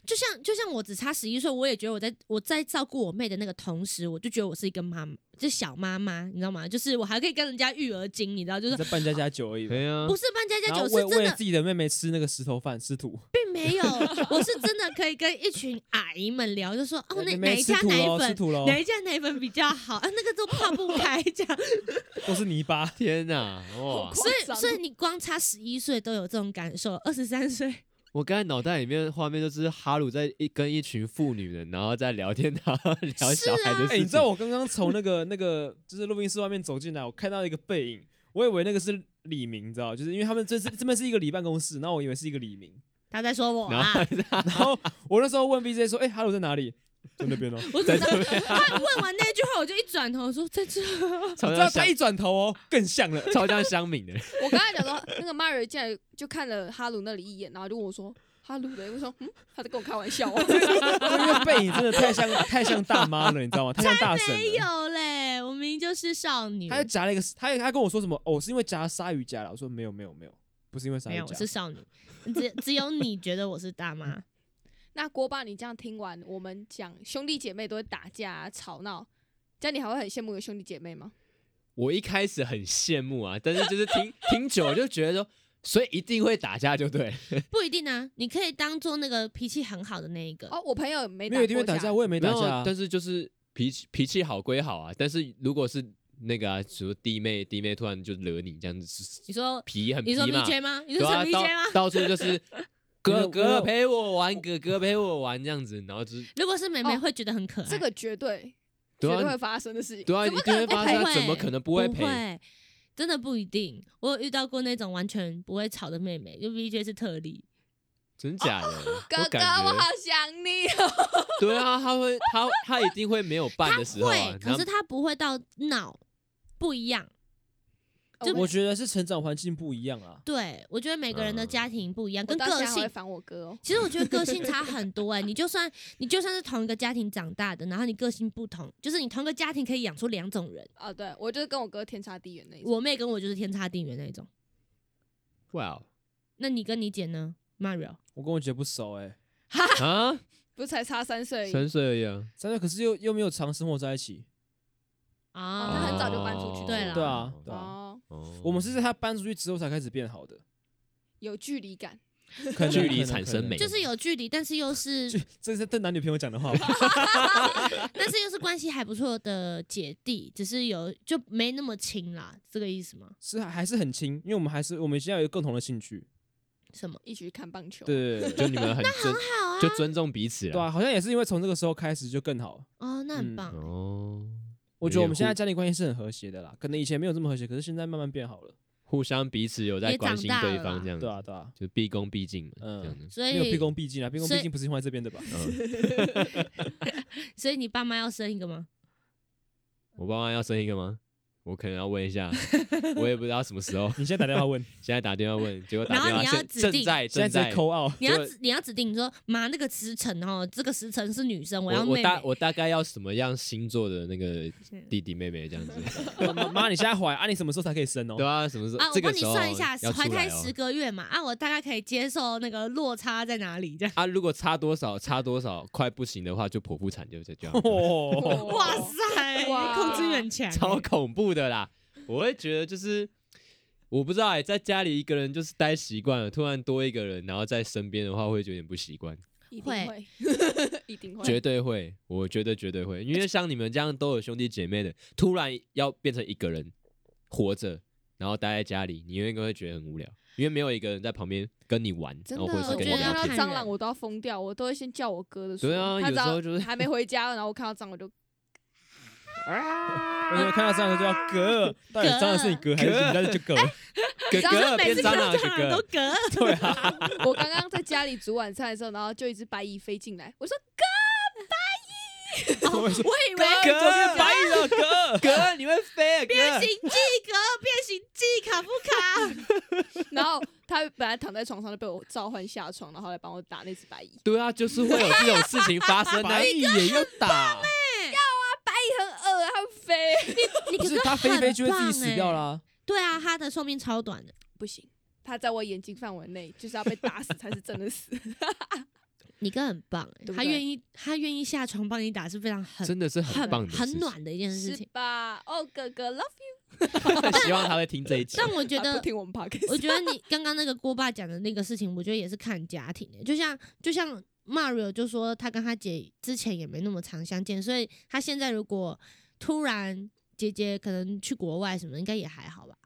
就像就像我只差十一岁，我也觉得我在我在照顾我妹的那个同时，我就觉得我是一个妈妈，就小妈妈，你知道吗？就是我还可以跟人家育儿经，你知道，就是在扮家家酒而已吧。 对啊， 不是扮家家然后酒，是真的为为了自己的妹妹吃那个石头饭吃土， 并没有，我是真的可以跟一群阿姨们聊，就说哦，那妹妹哪一家吃土咯，吃奶粉， 土咯， 哪一家奶粉比较好啊？那个都泡不开，这样。 都是泥巴。 天哪，哇！ 所以，所以你光差十一岁都有这种感受，二十三岁。 我刚才脑袋里面的画面就是哈鲁在一跟一群妇女们，然后在聊天，然后聊小孩的事情。 哎、你知道我刚刚从那个那个就是录音室外面走进来，我看到一个背影，我以为那个是李明，你知道，就是因为他们这是这边是一个李办公室，然后我以为是一个李明， 他在说我然啊后， 然后我那时候问 B J 说，哎、哈鲁在哪里？在那边哦。 我只知道他问完那句话，我就一转头说在这。 超像乡你知道他一转头哦，更像了。 超像乡民的。 我刚才讲说，那个 Mario 进来就看了哈鲁那里一眼，然后就问我说：“哈鲁的？”我说：“嗯，他在跟我开玩笑哦。 因为背影真的太像太像大妈了，你知道吗？太像大婶没了。 有嘞，我明明就是少女。 他就夹了一个，他他跟我说什么？哦，是因为夹鲨鱼夹了。我说没有没有没有，不是因为鲨没有，我鱼夹。 是少女。只只有你觉得我是大妈。 那锅巴，你这样听完我们讲兄弟姐妹都会打架、啊、吵闹，这样你还会很羡慕有兄弟姐妹吗？ 我一开始很羡慕啊，但是就是听听久了就觉得说，所以一定会打架就对了。 不一定啊，你可以当做那个脾气很好的那一个。 哦，我朋友没没有一定会过打架，我也没打没有架、啊。 但是就是脾气脾气好归好啊，但是如果是那个啊，比如说弟妹弟妹突然就惹你这样子， 你说皮很你说皮 B 嘛， J 吗？你对啊， 说陈 B 到 J 吗？ 到处就是哥我哥陪我玩，哥哥陪我玩这样子，然后就是如果是妹妹， 哦会觉得很可爱。 这个绝对对啊绝对会发生的事情。 对啊， 怎么一定会发生啊， 不会怎么可能不会陪？ 会，真的不一定。我有遇到过那种完全不会吵的妹妹，就 V J 是特例。 真假的？ 哥哥， 我感觉我好想你哦。 对啊，他会他他一定会没有伴她的时候啊会，，可然后是她不会到闹，不一样。就我觉得是成长环境不一样啊。 对，我觉得每个人的嗯家庭不一样， 我跟个到现在还会性。 烦我哥哦。 其实我觉得个性差很多哎、你就算你就算是同一个家庭长大的，然后你个性不同，就是你同一个家庭可以养出两种人。 啊，对我就是跟我哥天差地远那一种。 我妹跟我就是天差地远那种。 哇那你跟你姐呢，Mario？ 我跟我姐不熟哎、 啊， 不是才差三岁而已， 三岁而已啊， 三岁可是又又没有常生活在一起。 啊， 他很早就搬出去对啦对啊，对啊。 哦， 哦我们是在他搬出去之后才开始变好的， 有距离感。 可能距离可能可能产生美就是有距离，但是又是就这是对男女朋友讲的话吧。 但是又是关系还不错的姐弟，只是有就没那么亲啦，这个意思吗？ 是还是很亲，因为我们还是我们现在有一个共同的兴趣。 什么？ 一起去看棒球。 对对对就你们很尊好啊， 就尊重彼此对啊， 了。 好像也是因为从这个时候开始就更好了。 哦，那很嗯棒。 哦， 我觉得我们现在有点家庭关系是很和谐的啦，可能以前没有这么和谐，可是现在慢慢变好了。 互互相彼此有在也关心对长大了啦方这样子， 对啊，对啊， 就毕恭毕敬嘛， 嗯这样子。 所没有毕以， 恭毕敬啊，毕恭所以毕敬不是用在这边的吧？ 嗯， 所以你爸妈要生一个吗？ 我爸妈要生一个吗？我可能要问一下，我也不知道什么时候。 你现在打电话问， 现在打电话问，结果打然后你要电话现指定正在现在直接正在。 扣out。 就你要指你要指定，你说妈那个时辰哦，这个时辰是女生，我要我我大妹妹。 我大概要什么样星座的那个弟弟妹妹这样子， 妈妈，你现在怀啊？你什么时候才可以生哦？ 对啊，什么时啊， 候？ 我帮你这个时候算一下， 要出来哦怀胎十个月嘛，啊，我大概可以接受那个落差在哪里这样。 啊，如果差多少差多少快不行的话，就剖腹产就就这样， 哦， 哇塞， 哇控制欲很强欸， 超恐怖的啦。我会觉得就是我不知道哎、在家里一个人就是待习惯了，突然多一个人，然后在身边的话，会有点不习惯。 一定会会，一定会。 绝对会，我觉得绝对会，因为像你们这样都有兄弟姐妹的，突然要变成一个人活着，然后待在家里，你应该会觉得很无聊，因为没有一个人在旁边跟你玩， 真的， 然后或者是我觉得看跟你聊天。 到蟑螂我都要疯掉，我都会先叫我哥的时候。 对啊他只要有时候就是还没回家，然后我看到蟑螂我就我有看到这样的就要哥，到底蟑螂是你哥还是人家就哥？ 哥哥每次变蟑螂， 看到哥都哥， 隔。 对啊， 我刚刚在家里煮晚餐的时候，然后就一只白蚁飞进来，我说哦我以为哥怎么变白蚁了？哥， 哥你会飞啊，哥！ 变形记格，变形记卡夫卡。 然后他本来躺在床上就被我召唤下床，然后来帮我打那只白蚁。 对啊，就是会有这种事情发生的。 白蚁也要打， 白蚁很恶，它会飞。 你哥哥不是他飞一飞就会自己很棒死掉欸。 啦。 对啊，他的寿命超短的。 不行，它在我眼睛范围内，就是要被打死才是真的死。 你哥很棒、欸， 对不对他愿意他愿意下床帮你打是非常很真的是很很棒的事情很暖的一件事是情。 吧？哦，哥哥 love you。 希望他会听这一集。 但我觉得啊不听我们 podcast， 我觉得你刚刚那个郭爸讲的那个事情，我觉得也是看家庭的。就像就像 Mario 就说，他跟他姐之前也没那么常相见，所以他现在如果突然姐姐可能去国外什么的，应该也还好吧。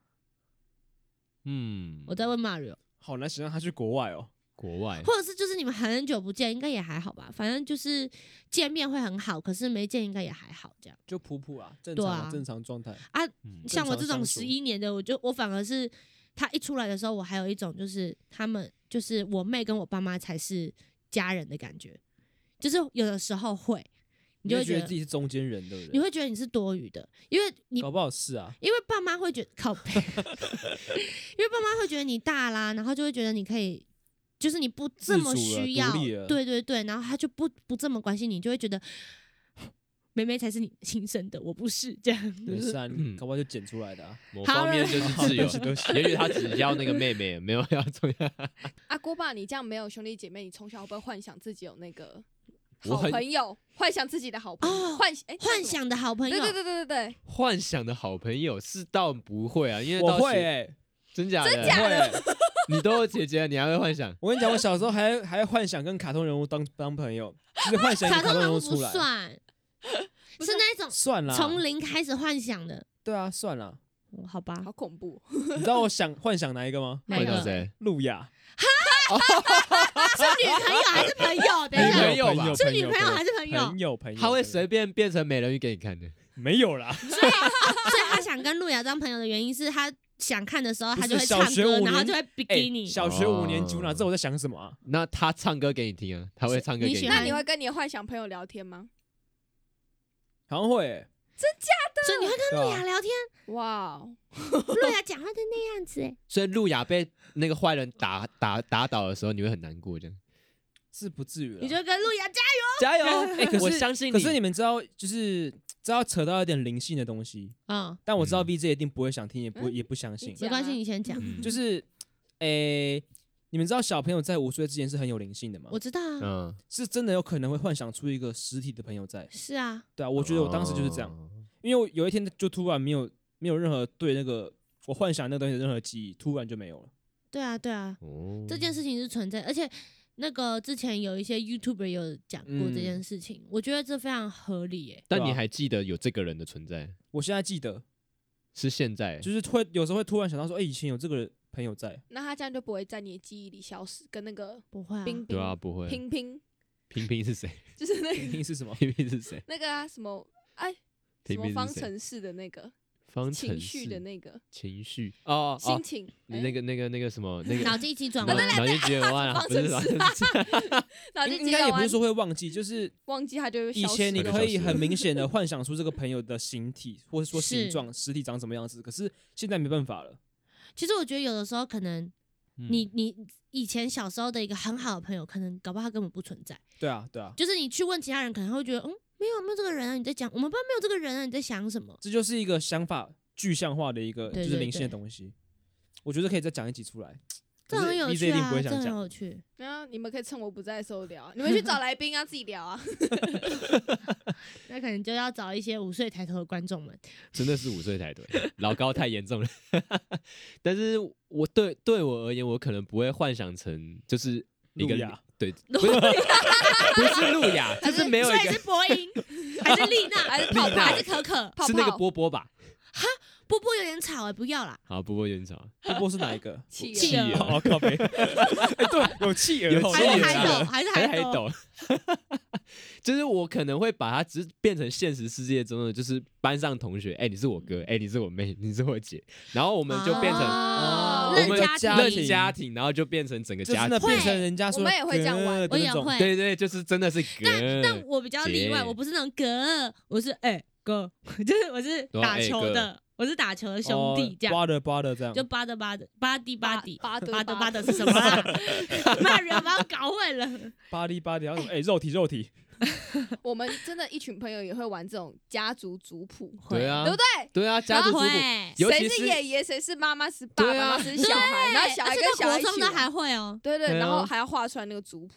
嗯， 我在问 Mario， 好难想象他去国外哦。 国外或者是就是你们很久不见，应该也还好吧。反正就是见面会很好，可是没见应该也还好这样就普普啊，正常对啊， 啊正常状态。 啊。 嗯像我这种正常相处十一年的，我就我反而是他一出来的时候，我还有一种就是他们就是我妹跟我爸妈才是家人的感觉，就是有的时候会，你你会觉得就会觉得自己是中间人，对不对？ 你会觉得你是多余的，因为你搞不好是啊。 因为爸妈会觉得靠背，因为爸妈会觉得你大啦，然后就会觉得你可以。就是你不这么自主了需要独立了， 对对对，然后他就不不这么关心你，就会觉得妹妹才是你亲生的，我不是这样。 没事啊， 嗯你搞不好就剪出来的啊。 某好方面就是自由对不起对不起， 也许他只要那个妹妹，没有要重要。 啊，郭爸，你这样没有兄弟姐妹，你从小会不会幻想自己有那个好我很朋友，幻想自己的好朋友， 哦幻哎幻，想的好朋友， 对对对对对对， 幻想的好朋友是倒不会啊，因为我到学会哎， 真假的， 真假会欸。 你都有姐姐，你还会幻想？ 我跟你讲，我小时候还还幻想跟卡通人物当当朋友，就是幻想一个卡卡通通人物不人物出来。 算， 不是那种算啦， 从零开始幻想的。 对啊，算了。 哦好吧， 好恐怖。 你知道我想幻想哪一个吗？ 哪一个幻想谁？ 路亚。 是女朋友还是朋友？等一女下， 朋友吧是女朋友还是朋友？ 朋友朋友， 他会随便变成美人鱼给你看的。 没有啦， 所以他想跟路亚当朋友的原因是他想看的时候，他就会唱不是小学歌， 五年然后就会比哎基尼。 小学五年级， 哦我哪知道我在想什么啊？ 那他唱歌给你听啊，他会唱歌给你听。 你喜欢那你会跟你的幻想朋友聊天吗？ 好像会欸， 所以你会跟路亚对啊聊天， 哇哦， 路亚讲话的那样子，哎， 所以路亚被那个坏人打打打倒的时候，你会很难过，这样。 是不至于了。 你就跟路亚加加油！ 哎，可是我相信可是你们知道，就是知道扯到一点灵性的东西， 嗯， 但我知道嗯 V J 一定不会想听，也不嗯也不相信你。讲没关系，你先讲。 嗯就是，诶，你们知道小朋友在五岁之前是很有灵性的吗我？知道啊， 嗯， 是真的有可能会幻想出一个实体的朋友在。 是啊， 对啊，我觉得我当时就是这样， 哦。 因为我有一天就突然没有没有任何对那个我幻想那个东西的任何记忆，突然就没有了。 对啊，对啊， 哦这件事情是存在，而且那个之前有一些 YouTuber 有讲过这件事情，我觉得这非常合理耶。 但对啊你还记得有这个人的存在？ 我现在记得， 是现在？ 就是会有时候会突然想到说，哎、以前有这个朋友在。 那他这样就不会在你的记忆里消失，跟那个不会啊， 冰冰对啊，不会。 拼拼， 平平是谁？ 就是那听个听是什么？ 平平是谁？ 那个啊什么哎什么平平是谁？ 方程式的那个方程情绪式的那个情绪哦哦哦， 心情，哎你那个那个那个什么那个脑筋急转脑弯， 脑筋急转弯啊， 方不是程式脑筋急然后就应应该也不是说说会忘记，就是忘记他就会以消失前你了就消失了可以很明显的幻想出这个朋友的形体，或者说是形状、实体长什么样子，可是现在没办法了。 其实我觉得有的时候可能嗯你你以前小时候的一个很好的朋友，可能搞不好他根本不存在。 对啊，对啊， 就是你去问其他人，可能会觉得，嗯，没有没有这个人啊，你在讲，我们班没有这个人啊，你在想什么？ 这就是一个想法具象化的一个对对就是灵性的对东西。我觉得可以再讲一集出来， 这很有 V 趣 J 一定啊，这很不会想讲。 有趣。 然后你们可以趁我不在的时候聊啊，你们去找来宾啊，自己聊啊。 那可能就要找一些五岁抬头的观众们。 真的是五岁抬头，老高太严重了。但是我对对我而言，我可能不会幻想成就是一个路亚对，不是不是路亚，就是没有一个所以是博音，还是丽娜， 还是泡泡还是可可？ 泡是那个泡波波吧？ 波波有点吵哎，不要啦。 好，波波原草， 波波是哪一个？ 企企鹅鹅， 哦，靠背。哎，对，有企鹅， 有还是企鹅海斗，还是还是海斗？ 海斗，就是我可能会把它只是变成现实世界中的，就是班上同学，哎、你是我哥，哎、你是我妹，你是我姐，然后我们就变成、 哦我们认家认庭家庭，然后就变成整个就家庭。 真的变成人家说我们也会这样玩哥的那种我也会对对，就是真的是哥。 但我比较例外， 姐我不是那种哥，我是哎、哥，就是我是对啊打哎哥球的，我是打球的兄弟，这样、 巴的巴的这样， 就巴的巴的巴迪巴迪巴德巴的巴巴的是什么啦？骂人把我搞混了。 巴黎巴黎，然后什么哎肉体肉体， 我们真的一群朋友也会玩这种家族族谱， 对啊， 对不对？ 对啊，家族族谱， 会， 谁尤其是是爷爷，谁是妈妈，是爸爸， 对啊然后谁是小孩，然后小孩而且跟到国中的小孩一起玩还会哦。 对对， 对啊然后还要画出来那个族谱。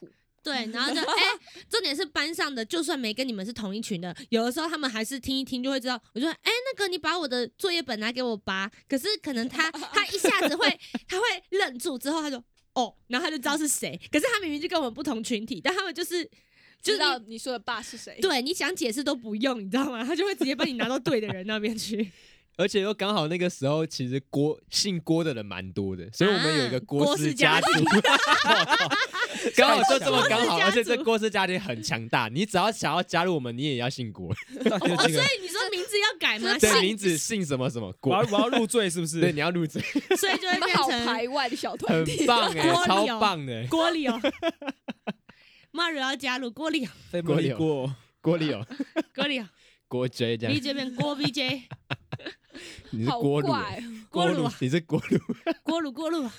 对，然后就哎、欸，重点是班上的，就算没跟你们是同一群的，有的时候他们还是听一听就会知道。我就说，哎、欸，那个你把我的作业本拿给我吧。可是可能他他一下子会他会愣住，之后他就哦，然后他就知道是谁。可是他明明就跟我们不同群体，但他们就是就是知道你说的爸是谁。 对，你想解释都不用，你知道吗？他就会直接把你拿到对的人那边去。 而且又刚好那个时候，其实郭姓郭的人蛮多的，所以我们有一个郭氏家族，刚好就这么刚好，而且这郭氏家庭很强大，你只要想要加入我们，你也要姓郭。 哦，所以你说名字要改吗？ 对，名字姓什么什么郭， 我要我要入罪是不是？ 对，你要入罪， 所以就会变好成排外的小团体， 很棒哎、欸，超棒的、欸。 郭里哦 ，Mario 要加入郭里哦， 郭里郭郭里哦， 郭里哦， 郭 J 这样 ，V J 变郭 V J。 你是锅炉、 欸， 锅炉， 你是锅炉， 锅炉锅炉。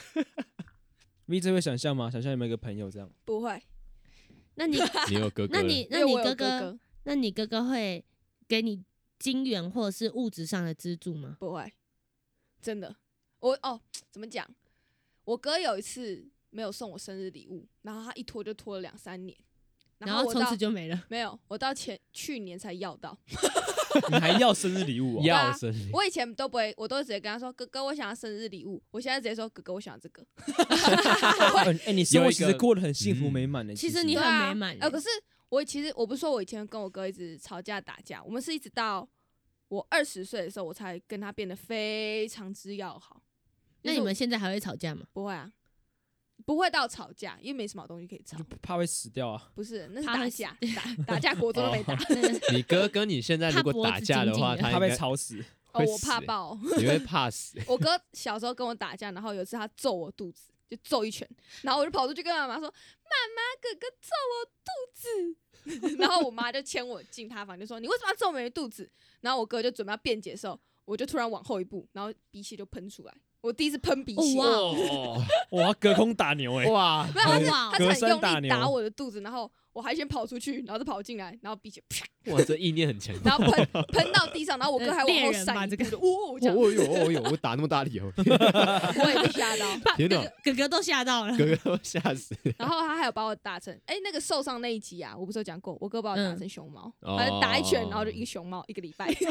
V J 会想象吗？想象有没有一个朋友这样？ 不会。 那你你有哥哥？ 那你那你哥哥哥， 那你哥哥会给你金元或者是物质上的资助吗？ 不会，真的。我哦，怎么讲？我哥有一次没有送我生日礼物，然后他一拖就拖了两三年， 然后从此就没了。 没有，我到前去年才要到。 你还要生日礼物、哦？ 要生日、啊？ 我以前都不会，我都直接跟他说：“哥哥，我想要生日礼物。”我现在直接说：“哥哥，我想要这个。 哎、欸，你生活其实过得很幸福美满的、欸。 其实你很美满、欸。 呃，可是我其实我不是说我以前跟我哥一直吵架打架，我们是一直到我二十岁的时候，我才跟他变得非常之要好。 那你们现在还会吵架吗？ 不会啊。不会到吵架，因为没什么东西可以吵， 怕会死掉啊。 不是，那是打架，打打架国中都没打。 你哥跟你现在如果打架的话，他怕被吵死。 哦，我怕爆， 你会怕死。 我哥小时候跟我打架，然后有一次他揍我肚子，就揍一拳，然后我就跑出去跟妈妈说：“妈妈，哥哥揍我肚子。”然后我妈就牵我进他房，就说：“你为什么要揍妹妹肚子？”然后我哥就准备要辩解的时候，我就突然往后一步，然后鼻血就喷出来。我第一次喷鼻血， 哇哇，隔空打牛哎、欸！ 哇， 没有，他是他是很用打力打我的肚子，然后我还先跑出去，然后再跑进来，然后鼻血啪， 哇，这意念很强， 然后喷喷到地上，然后我哥还往后闪一步，就哦，这样， 哦呦哦呦，我打那么大力哦， 我也被吓到， 天哪， 哥哥都吓到了， 哥哥都吓死。 然后他还有把我打成，哎，那个受伤那一集啊，我不是有讲过，我哥把我打成熊猫，反正打一拳，然后就一个熊猫，一个礼拜。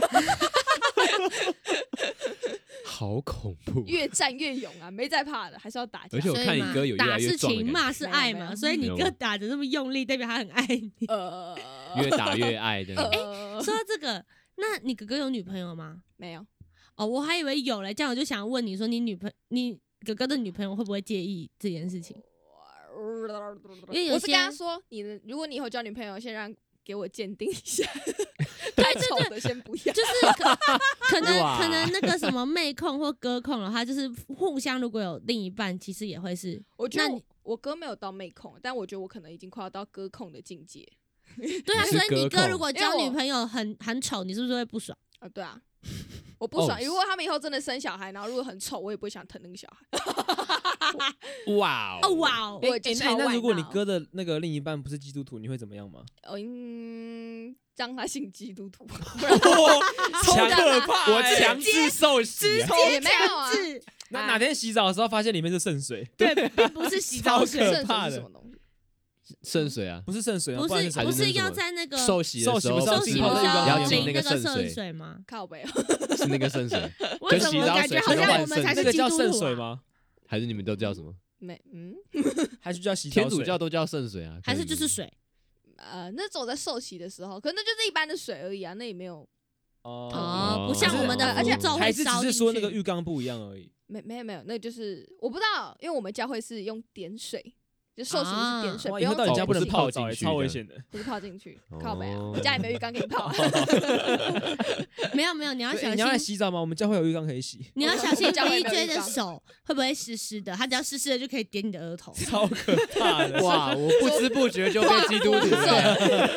好恐怖！ 越战越勇啊，没在怕的，还是要打架。 而且我看你哥有越来越壮的感觉， 打是情，骂是爱嘛，所以你哥打的那么用力，代表他很爱你。 呃， 越打越爱的。 哎，说到这个，那你哥哥有女朋友吗？ 没有。 哦，我还以为有嘞，这样我就想问你说，你女朋你哥哥的女朋友会不会介意这件事情？因为有些我是跟他说，你的如果你以后交女朋友，先让给我鉴定一下。太丑的先不要， 就是可可能可能那个什么妹控或哥控的话，就是互相如果有另一半，其实也会是。 我觉得 我, 我哥没有到妹控，但我觉得我可能已经快要到哥控的境界。 对啊，所以你哥如果交女朋友很很丑，你是不是会不爽啊？对啊，我不爽。如果他们以后真的生小孩，然后如果很丑，我也不会想疼那个小孩。 哇哦哇哦！ 我就超那如果你哥的那个另一半不是基督徒，你会怎么样吗？ 嗯，让他信基督徒， 超可怕！ 我强制受洗， 也没有啊。 那哪天洗澡的时候发现里面是圣水？ 对，并不是洗澡水， 可怕的什么东西？ 圣水啊， 不是圣水啊， 不是不不是要在那个受洗的时候， 受洗的时候要进那个圣水吗？ 靠北是那个圣水， 为什么感觉好像我们才是基督徒水吗？ 还是你们都叫什么？ 没，嗯， 还是叫洗天主教都叫圣水啊？ 还是就是水？ 呃，那种在受洗的时候，可能那就是一般的水而已啊，那也没有哦，不像我们的， 而且还是只是说那个浴缸不一样而已。 没没有没有，那就是我不知道，因为我们教会是用点水。就受洗是点水，不用到你家不能泡澡，超危险的。 不是泡进去，靠北啊！我家也没有浴缸给你泡。 没有没有，你要小心。 你要来洗澡吗？我们教会有浴缸可以洗。 你要小心 V J 的手会不会湿湿的，他只要湿湿的就可以点你的额头。 超可怕的！ 哇，我不知不觉就被基督徒了。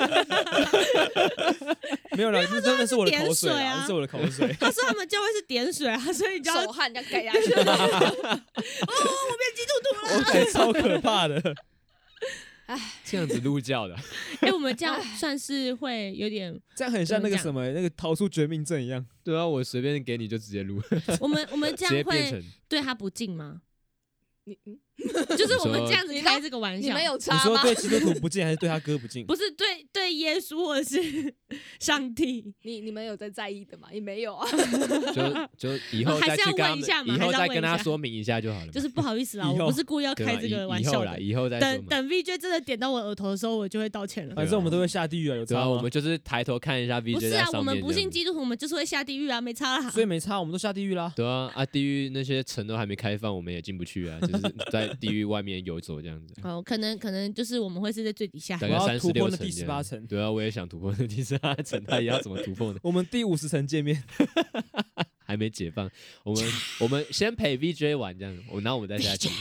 没有啦，这真的是我的口水啊，这是我的口水。 他说他们教会是点水啊，所以你就要手汗这样盖下去。 哦，我变基督徒了， okay, 超可怕的。 哎， 这样子入教的， 哎、欸，我们这样算是会有点， 这样很像那个什么那个逃出绝命镇一样。 对啊，我随便给你就直接录。 我们我们这样会对他不敬吗？ 你嗯， 就是我们你说这样子开这个玩笑你们。有你差吗？ 说对基督徒不敬还是对他哥不敬？ 不是对对耶稣或者是上帝， 你你们有在在意的吗？也没有啊。 就就以后再去跟他还是要问一下们， 嘛以后再还是要问一下跟他说明一下就好了嘛。 就是不好意思啦， 以后我不是故意要对吧开这个以玩笑的以后啦，。以后再说嘛。 等等 V J 真的点到我额头的时候，我就会道歉了。 反正我们都会下地狱啊，有对啊， 差吗？ 我们就是抬头看一下 V 不 J 是啊，我在上面。 们不信。基督徒，我们就是会下地狱啊，没差啦。 所以没差，我们都下地狱啦。 对啊，啊，地狱那些城都还没开放，我们也进不去啊，就是在地狱外面游走这样子。 哦，可能可能就是我们会是在最底下大。概我要三十六突破那第层这样十八层对啊，我也想突破那第十八层，他也要怎么突破呢？ 我们第五十层见面。 还没解放，我们我们先陪 V J 玩这样，我然后我们再下去。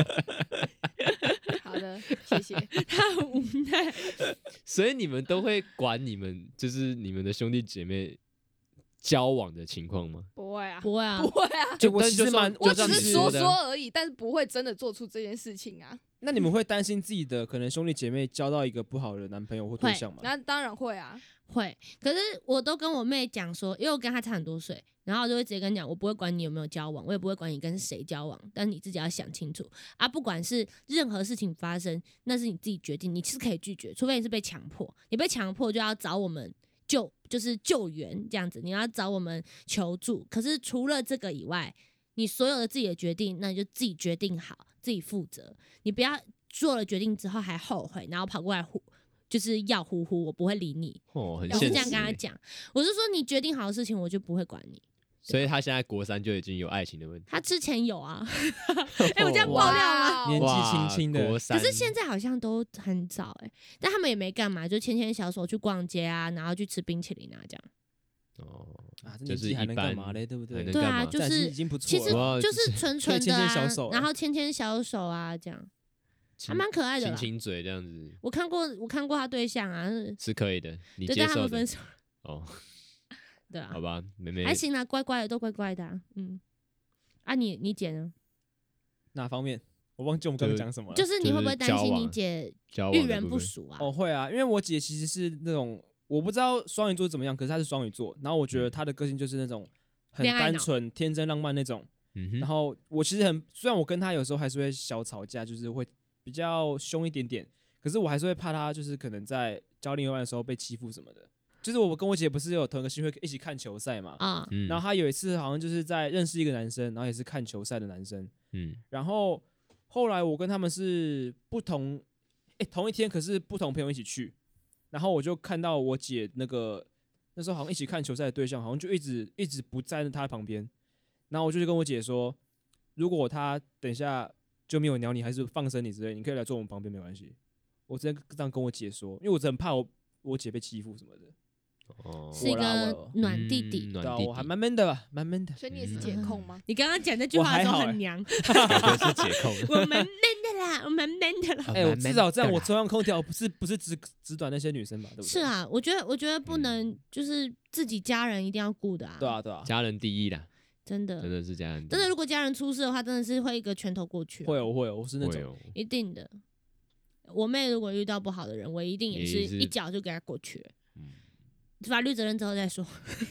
好的，谢谢。 他很无奈。 所以你们都会管你们就是你们的兄弟姐妹交往的情况吗？ 不会啊， 不会啊不，会啊， 就我但就算其实蛮， 我就像你只是说的说而已，但是不会真的做出这件事情啊。 那你们会担心自己的可能兄弟姐妹交到一个不好的男朋友或对象吗？ 那当然会啊。 会。可是我都跟我妹讲说，因为我跟她差很多岁，然后我就会直接跟她讲，我不会管你有没有交往，我也不会管你跟谁交往，但你自己要想清楚啊。不管是任何事情发生，那是你自己决定，你是可以拒绝，除非你是被强迫。你被强迫就要找我们救，就是救援这样子，你要找我们求助。可是除了这个以外，你所有的自己的决定，那你就自己决定好，自己负责。你不要做了决定之后还后悔，然后跑过来呼，就是要呼呼，我不会理你。 哦，很我是这样现实欸。 跟他讲，我是说你决定好的事情，我就不会管你。 所以他现在国三就已经有爱情的问题。 他之前有啊，哎、我这样爆料吗？ 哇年纪哇轻轻的国三， 可是现在好像都很早哎、但他们也没干嘛，就牵牵小手去逛街啊，然后去吃冰淇淋啊，这样。 哦， 啊，这就是年纪还一般能干嘛嘞？对不对还？能对啊， 干嘛就但是已是经不错其实了。 哇就是纯纯的牵牵啊小手， 然后牵牵小手啊，这样还蛮可爱的啦。 亲亲嘴这样子我看过，我看过他对象啊， 是可以的，你对， 接受的但他们分手， 哦， 对啊好，吧，妹妹还行啦，乖乖的，都乖乖的、啊，嗯。啊你，你姐呢？ 哪方面？我忘记我们刚刚讲什么了。 就是你会不会担心你交往姐交遇人往的部分不淑啊？ 哦，会啊，因为我姐其实是那种我不知道双鱼座怎么样，可是她是双鱼座，然后我觉得她的个性就是那种很恋爱脑单纯、天真、浪漫那种。 嗯哼， 然后我其实很，虽然我跟她有时候还是会小吵架，就是会比较凶一点点，可是我还是会怕她就是可能在交另一半的时候被欺负什么的。就是我跟我姐不是有同一个兴趣一起看球赛嘛， 啊， 嗯然后她有一次好像就是在认识一个男生，然后也是看球赛的男生， 嗯然后后来我跟他们是不同，哎、同一天，可是不同朋友一起去，然后我就看到我姐那个那时候好像一起看球赛的对象，好像就一直一直不站在她旁边，然后我就去跟我姐说，如果他等一下就没有鸟你，还是放生你之类，你可以来坐我们旁边没关系。我直接这样跟我姐说，因为我很怕我我姐被欺负什么的。 哦， 是一我啦个我暖弟弟。 对啊， 嗯暖弟弟， 我还蛮 man 的吧，蛮 man 的。 所以你也是姐控吗？ 你刚刚讲那句话的时候我还好欸很娘， 感觉是解控。 我们 man 的啦，我们 man 的啦。 哎、我蛮 man 至少这样， 的啦我中央空调不是不是只只短那些女生吧？对不对？ 是，啊，我觉得我觉得不能嗯就是自己家人一定要顾的啊。 对啊，对啊， 家人第一啦， 真的真的是家人第一， 真的，如果家人出事的话，真的是会一个拳头过去啊。 会哦，会哦，我是那种。 会哦。 一定的。我妹如果遇到不好的人，我一定也是也是一脚就给她过去了。 嗯法律责任之后再说。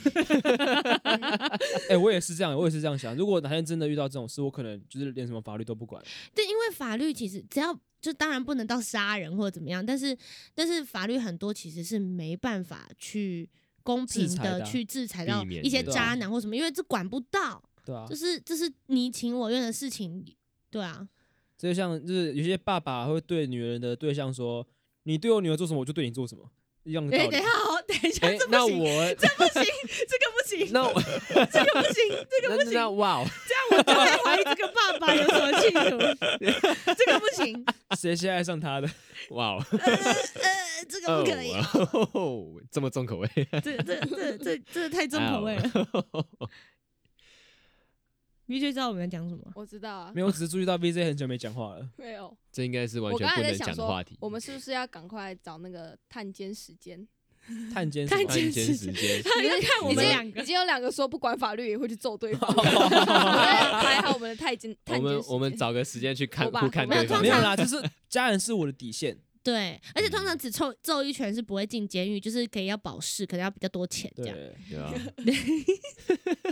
哎、我也是这样，我也是这样想。如果哪天真的遇到这种事，我可能就是连什么法律都不管。 对，因为法律其实只要就当然不能到杀人或者怎么样，但是但是法律很多其实是没办法去公平制裁的啊的去制裁到避免一些的渣男或什么，因为这管不到， 对啊这，是这是你情我愿的事情，对啊， 这就像就是有些爸爸会对女人的对象说：“你对我女儿做什么，我就对你做什么。”一样的道哎、 理。 等一下哦，等一下， 哎这，不行， 那我这不行，这个不行， 那我这个不行，这个不那行， 那哇哦， 这样我就会怀疑这个爸爸有什么企图，这个不行， 谁先爱上他的？ 哇哦， 呃呃，这个不可以， 哦，这么重口味。 这这这这这太重口味了。V J 知道我们在讲什么？ 我知道啊没，有，我只是注意到 V J 很久没讲话了。 没有。 这应该是完我刚才全不能在想说讲的话题，。 我们是不是要赶快找那个探监时间？ 探监什么， 探监探监时间， 他要看我已经们两个已，经有两个说不管法律也会去揍对方，我们排好我们的探监我探监时间们我们找个时间去看我把互看我把对方。 没有啦，就是家人是我的底线。 对，而且通常只抽揍一拳是不会进监狱，就是可以要保释，可能要比较多钱这样。 对， 对啊，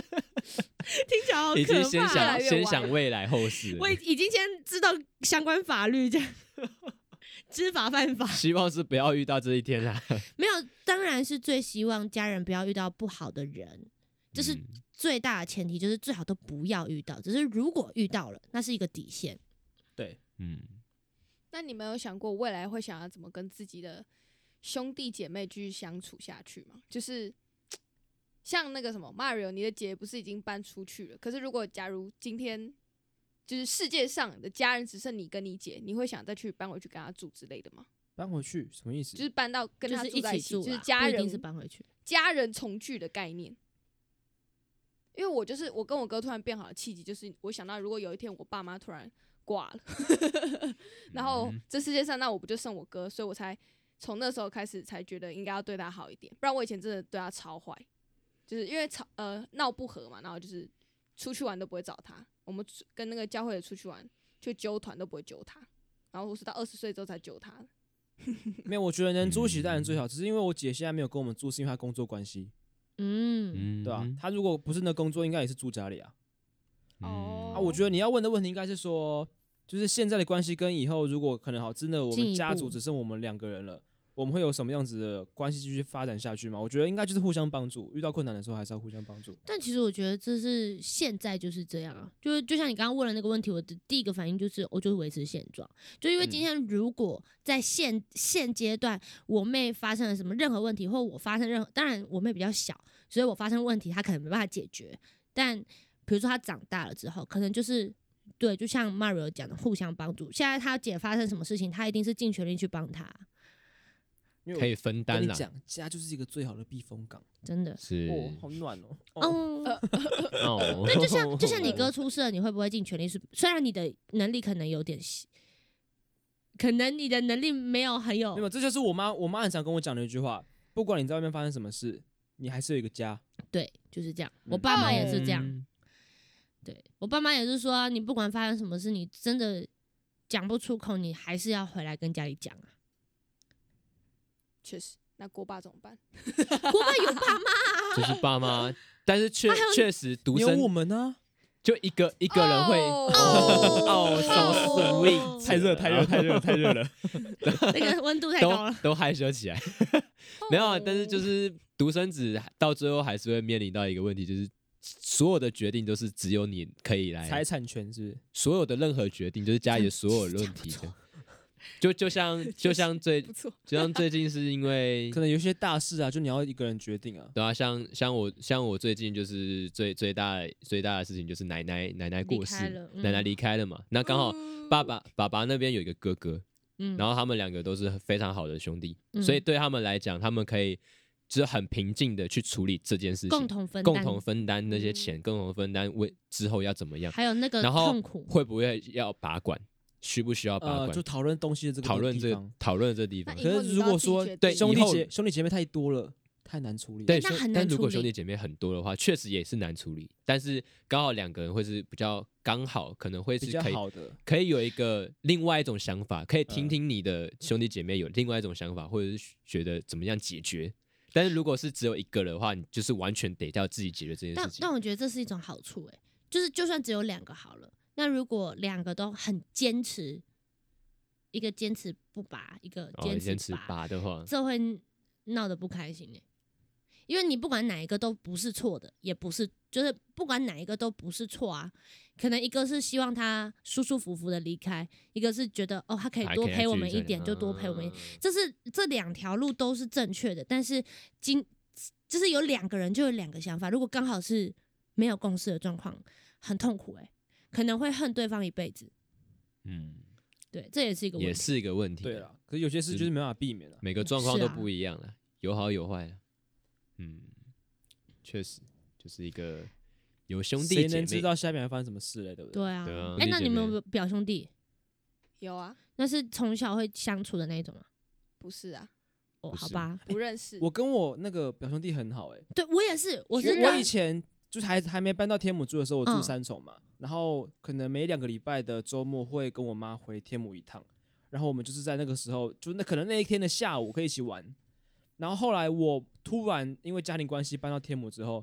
听起来好已经先可怕。 越来想先越歪了想未来后事了我，已经先知道相关法律，这样知法犯法。 希望是不要遇到这一天啦。 没有，当然是最希望家人不要遇到不好的人，这是嗯最大的前提，就是最好都不要遇到。只是如果遇到了，那是一个底线。 对， 嗯， 那你们有想过未来会想要怎么跟自己的兄弟姐妹继续相处下去吗？就是像那个什么 Mario，你的姐不是已经搬出去了？可是如果假如今天就是世界上的家人只剩你跟你姐，你会想再去搬回去跟她住之类的吗？ 搬回去什么意思？ 就是搬到跟就是她住在起， 一起住啦， 就是家人不一定是搬回去。 家人重聚的概念。因为我就是我跟我哥突然变好的契机，就是我想到如果有一天我爸妈突然挂了，然后嗯这世界上那我不就剩我哥，所以我才从那时候开始才觉得应该要对他好一点，不然我以前真的对他超坏，就是因为吵呃闹不和嘛，然后就是出去玩都不会找他，我们出跟那个教会的出去玩就揪团都不会揪他，然后我是到二十岁之后才揪他的。 没有，我觉得能住一起当然最好，只是因为我姐现在没有跟我们住，是因为她工作关系， 嗯， 嗯对吧、啊？她如果不是那工作，应该也是住家里啊。 哦啊，我觉得你要问的问题应该是说，就是现在的关系跟以后如果可能好，真的我进一步们家族只剩我们两个人了，我们会有什么样子的关系继续发展下去吗？我觉得应该就是互相帮助，遇到困难的时候还是要互相帮助。 但其实我觉得这是现在就是这样啊，就是就像你刚刚问了那个问题，我的第一个反应就是我就是维持现状，就因为今天如果在现现阶段我妹发生了什么任何问题，或我发生任何，当然我妹比较小，所以我发生问题她可能没办法解决，但比如说她长大了之后，可能就是对，就像 Mario 讲的，互相帮助。现在她姐发生什么事情，她一定是尽全力去帮她， 因为可以分担啦， 跟你讲，家就是一个最好的避风港。 真的。 是哦，好暖哦。哦， 嗯， 哦， 对，就像就像你哥出事了，你会不会尽全力去？虽然你的能力可能有点细，可能你的能力没有很有没，有，这就是我妈，我妈很常跟我讲的一句话：不管你在外面发生什么事，你还是有一个家。 对，就是这样。 嗯我爸妈也是这样， 嗯对我爸妈也是说啊，你不管发生什么事，你真的讲不出口，你还是要回来跟家里讲啊。 确实，那锅巴怎么办？ 国爸有爸妈， 就是爸妈，但是确还有确实独你有我生们呢、 就一个一个人会哦哦，so sweet， 太热，太热，太热，太热了。 那个温度太高都了。 都害羞起来。没有啊，但是就是独生子到最后还是会面临到一个问题，就是所有的决定都是只有你可以来， 财产权是不是？ 所有的任何决定就是家里的所有问题的。就就像就像最不错， 就像最近是因为可能有些大事啊，就你要一个人决定啊。 对啊，像像我像我最近就是最最大最大的事情就是奶奶奶奶过世离开了，嗯奶奶离开了嘛。那刚好爸爸爸爸那边有一个哥哥， 嗯， 然后他们两个都是非常好的兄弟， 嗯所以对他们来讲，他们可以就是很平静的去处理这件事情， 共同分担， 共同分担那些钱，共同分担为之后要怎么样， 还有那个然后痛苦， 会不会要把管，需不需要把呃， 管就，讨论东西的这个讨论这个地方讨论这个地方那。 可是如果说对兄弟以后姐兄弟姐妹太多了，太难处理了。 对， 那兄很难处理但如果兄弟姐妹很多的话，确实也是难处理。但是刚好两个人会是比较刚好，可能会比较是可以好的。 可以有一个另外一种想法，可以听嗯听你的兄弟姐妹有另外一种想法，或者是觉得怎么样解决。但是如果是只有一个的话，你就是完全得要自己解决这件但事情但。我觉得这是一种好处、欸，就是就算只有两个好了，那如果两个都很坚持，一个坚持不拔，一个哦， 坚坚持持拔， 拔的话， 这会闹得不开心哎、因为你不管哪一个都不是错的，也不是，就是不管哪一个都不是错啊。可能一个是希望他舒舒服服的离开，一个是觉得哦他可以还可以多陪我继续这样们一点，就多陪我们一点。 嗯这是这两条路都是正确的，但是今就是有两个人就有两个想法，如果刚好是没有共识的状况，很痛苦哎、可能会恨对方一辈子。 嗯， 对，这也是一个问也题。 是一个问题。 对，了，可是有些事就是没办法避免了。 每个状况都是啊不一样了，有好有坏了。嗯，确实就是一个有兄弟姐妹谁能知。道下面会发生什么事嘞？对不对？ 对啊， 对啊哎、那兄弟姐妹你们有没有表兄弟？ 有啊， 那是从小会相处的那一种吗？ 不是啊， 哦， 不是好吧， 不认识。 我跟我那个表兄弟很好哎、 对我也是，我是居然我以前就是还还没搬到天母住的时候，我住嗯三重嘛，然后可能每两个礼拜的周末会跟我妈回天母一趟，然后我们就是在那个时候，就那可能那一天的下午可以一起玩。然后后来我突然因为家庭关系搬到天母之后，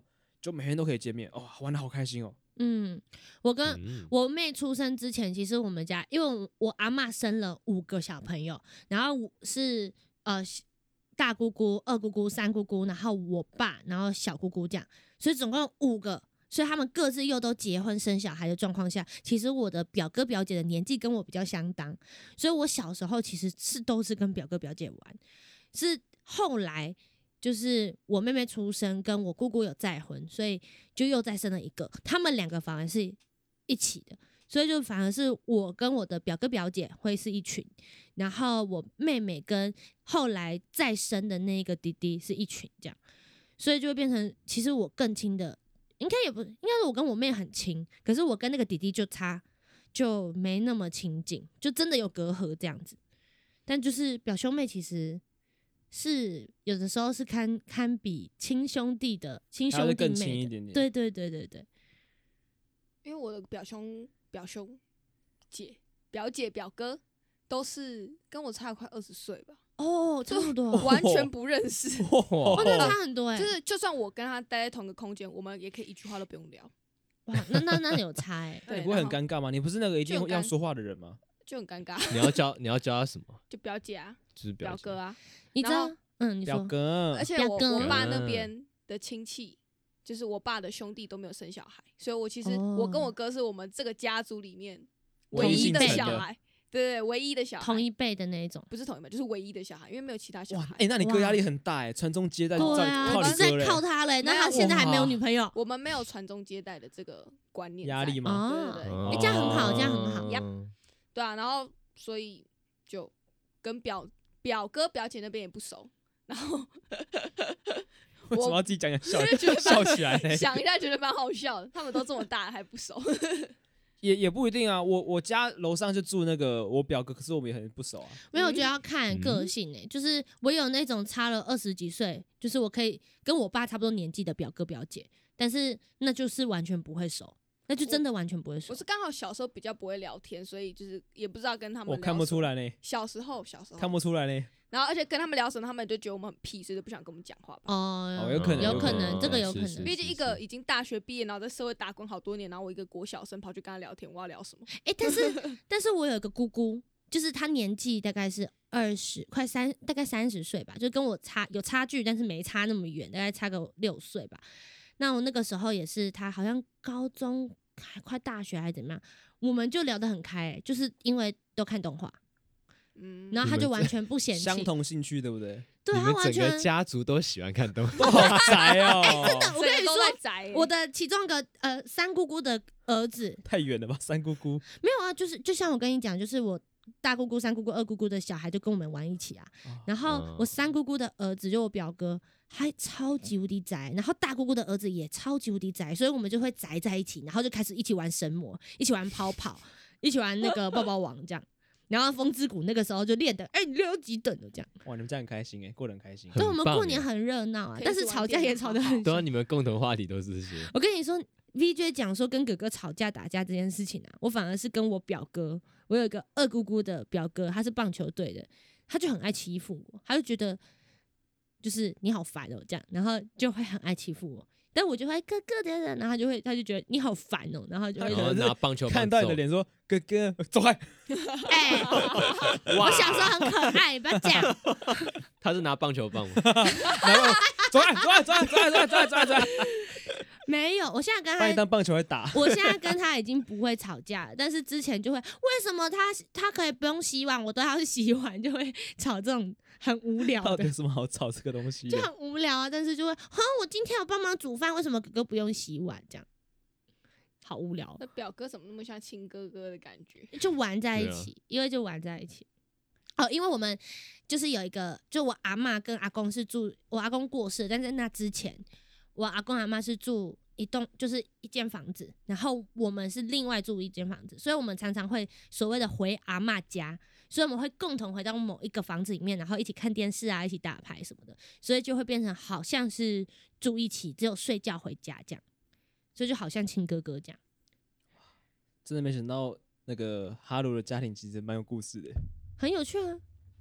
就每天都可以见面，哦，玩的好开心哦。 嗯，我跟嗯我妹出生之前，其实我们家因为我我阿嬷生了五个小朋友，然后我是呃大姑姑、二姑姑、三姑姑，然后我爸，然后小姑姑这样，所以总共有五个。所以他们各自又都结婚生小孩的状况下，其实我的表哥表姐的年纪跟我比较相当，所以我小时候其实是都是跟表哥表姐玩。是后来就是我妹妹出生，跟我姑姑有再婚，所以就又再生了一个，他们两个反而是一起的，所以就反而是我跟我的表哥表姐会是一群，然后我妹妹跟后来再生的那个弟弟是一群，这样，所以就会变成其实我更亲的。应该也不，应该是我跟我妹很亲，可是我跟那个弟弟就差就没那么亲近，就真的有隔阂这样子。但就是表兄妹其实是有的时候是堪堪比亲兄弟的亲兄弟还要更亲妹的， 一点点。 对对对对对， 因为我的表兄、表兄姐、表姐、表哥都是跟我差快二十岁吧， 哦，差不多， 完全不认识。 哦，那哇， 差很多哎、 就是就算我跟他待在同个空间，我们也可以一句话都不用聊， 哇，那那那有差哎、 对那你不会很然后尴尬吗？你不是那个一定就很尴要说话的人吗？ 就很尴尬。 你要教你要教他什么？ 就表姐啊， 就是姐表哥啊， 你知道然后？ 嗯，你表说， 哥而，且我表哥我爸那嗯边的亲戚，就是我爸的兄弟都没有生小孩，所以我其实、 哦我跟我哥是我们这个家族里面唯一唯一的辈的小孩，对对，唯一的小孩， 同一辈的那一种。 不是同一辈，就是唯一的小孩，因为没有其他小哇， 孩。 哎，那你哥哇压力很大哎，传宗接代就在对啊， 靠就是在你哥嘞， 靠他嘞。那没有他现在还没有哇女朋友我们没有传宗接代的这个观念在， 压力吗？ 哦对对对哎这样很好这样很好哦对啊，然后所以就跟表表哥表姐那边也不熟，然后为什么要自己讲讲笑就觉得笑起来嘞？ 想一下觉得蛮好笑的，他们都这么大了还不熟。 也也不一定啊。我我家楼上就住那个我表哥，可是我们也很不熟啊。 没有，我觉得要看个性诶、就是我有那种差了二十几岁，就是我可以跟我爸差不多年纪的表哥表姐，但是那就是完全不会熟，那就真的完全不会熟我。是刚好小时候比较不会聊天，所以就是也不知道跟他们我看不聊什么。 出来呢， 小时候，小时候看不出来呢。 然后而且跟他们聊什么，他们就觉得我们很屁，所以就不想跟我们讲话吧。 哦哦有可能有可有可能能这个有可能。 是是毕竟一个已经大学毕业，然后在社会打滚好多年，然后我一个国小生跑去跟他聊天，我要聊什么？ 哎、但是但是我有一个姑姑，就是她年纪大概是二十，快三，大概三十岁吧，就跟我差有差距，但是没差那么远，大概差个六岁吧。那我那个时候也是，她好像高中还快大学还是怎么样，我们就聊得很开、欸，就是因为都看动画， 嗯， 然后她就完全不嫌弃， 相同兴趣对不对？ 对你们整她完全个家族都喜欢看动画， 都好宅哦， 真的，我跟你整个都在说， 宅， 我的其中一个呃三姑姑的儿子太远了吧？三姑姑没有啊，就是就像我跟你讲，就是我大姑姑、三姑姑、二姑姑的小孩就跟我们玩一起啊。然后嗯我三姑姑的儿子就我表哥，还超级无敌宅，然后大姑姑的儿子也超级无敌宅，所以我们就会宅在一起，然后就开始一起玩神魔，一起玩跑跑，一起玩那个抱抱王这样。然后风之谷那个时候就练的，哎、你练到几等了这样？ 哇，你们这样很开心哎，过得很开心。 很对，我们棒欸过年很热闹啊可，以但是一起玩吵架也吵得很对啊， 凶。 你们共同话题都是这些。 我跟你说，V J 讲说跟哥哥吵架打架这件事情啊，我反而是跟我表哥，我有一个二姑姑的表哥，他是棒球队的，他就很爱欺负我，他就觉得就是你好烦哦、这样，然后就会很爱欺负我。但我就会哥哥的，然后他就会他就觉得你好烦哦、然后就会然后拿棒球棒看到你的揍脸说哥哥走开， 哎、我小时候很可爱，不要讲。 他是拿棒球棒吗？ 然后走开走开走开走开走开走开走开走开， 没有，我现在跟他， 把你当棒球来打。 我现在跟他已经不会吵架了，但是之前就会，为什么他他可以不用洗碗，我都要洗碗，就会吵这种很无聊的到底有，什么好吵这个东西的？ 就很无聊啊。但是就会，哈，我今天有帮忙煮饭，为什么哥哥不用洗碗？这样好无聊那，表哥怎么那么像亲哥哥的感觉？ 就玩在一对啊起，因为就玩在一起。哦，因为我们就是有一个，就我阿嬷跟阿公是住，我阿公过世，但在那之前，我阿公阿嬷是住一栋，就是一间房子，然后我们是另外住一间房子，所以我们常常会所谓的回阿嬷家，所以我们会共同回到某一个房子里面，然后一起看电视啊，一起打牌什么的，所以就会变成好像是住一起，只有睡觉回家这样，所以就好像亲哥哥这样。 真的没想到那个哈鲁的家庭其实蛮有故事的。 很有趣啊。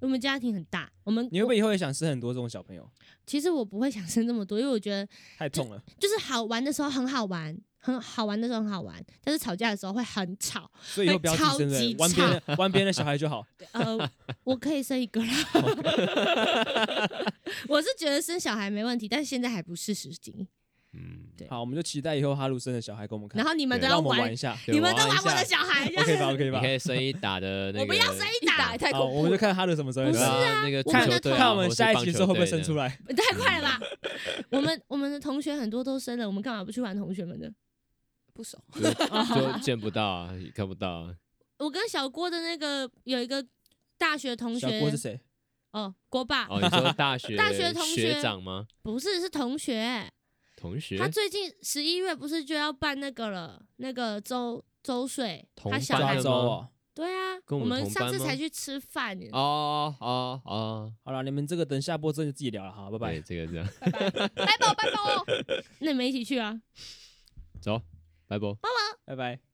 我们家庭很大，我们你会不会以后也想生很多这种小朋友？ 其实我不会想生这么多，因为我觉得太痛了， 就是好玩的时候很好玩，很好玩的时候很好玩，但是吵架的时候会很吵。 所以以后不要自己生超级的，玩别人的玩别人的小孩就好。 呃，我可以生一个啦。我是觉得生小孩没问题，但是现在还不是时机。 嗯， 对好，我们就期待以后哈鲁生的小孩跟我们看， 然后你们都对要让我们玩， 玩一下对你们都玩我玩一下的小孩，这样 ，OK 吧？OK 吧你可？以生一打的那个， 我不要生一打一打也，太好，我们就恐怖了。 看哈鲁什么时候会对生， 啊，那个足看球队啊看我们或是棒下一集的时候会不会球队的生出来。 太快了吧？我们我们的同学很多都生了，我们干嘛不去玩同学们的？ 不熟， 就就见不到啊，也看不到啊。 我跟小郭的那个有一个大学同学， 小郭是谁？ 哦，郭爸， 哦，你说大学大学同学学长吗？ 不是是同学。 同学他最近十一月不是就要办那个了，那个周周岁， 同他小孩班的吗抓周哦。 对啊， 跟我们们上次同班吗才去吃饭呢。 哦哦哦， 好了，你们这个等下播真的自己聊了，好，拜拜对，。这个这样， 拜拜，拜拜拜拜。 那你们一起去啊？ 走，拜拜。 拜拜。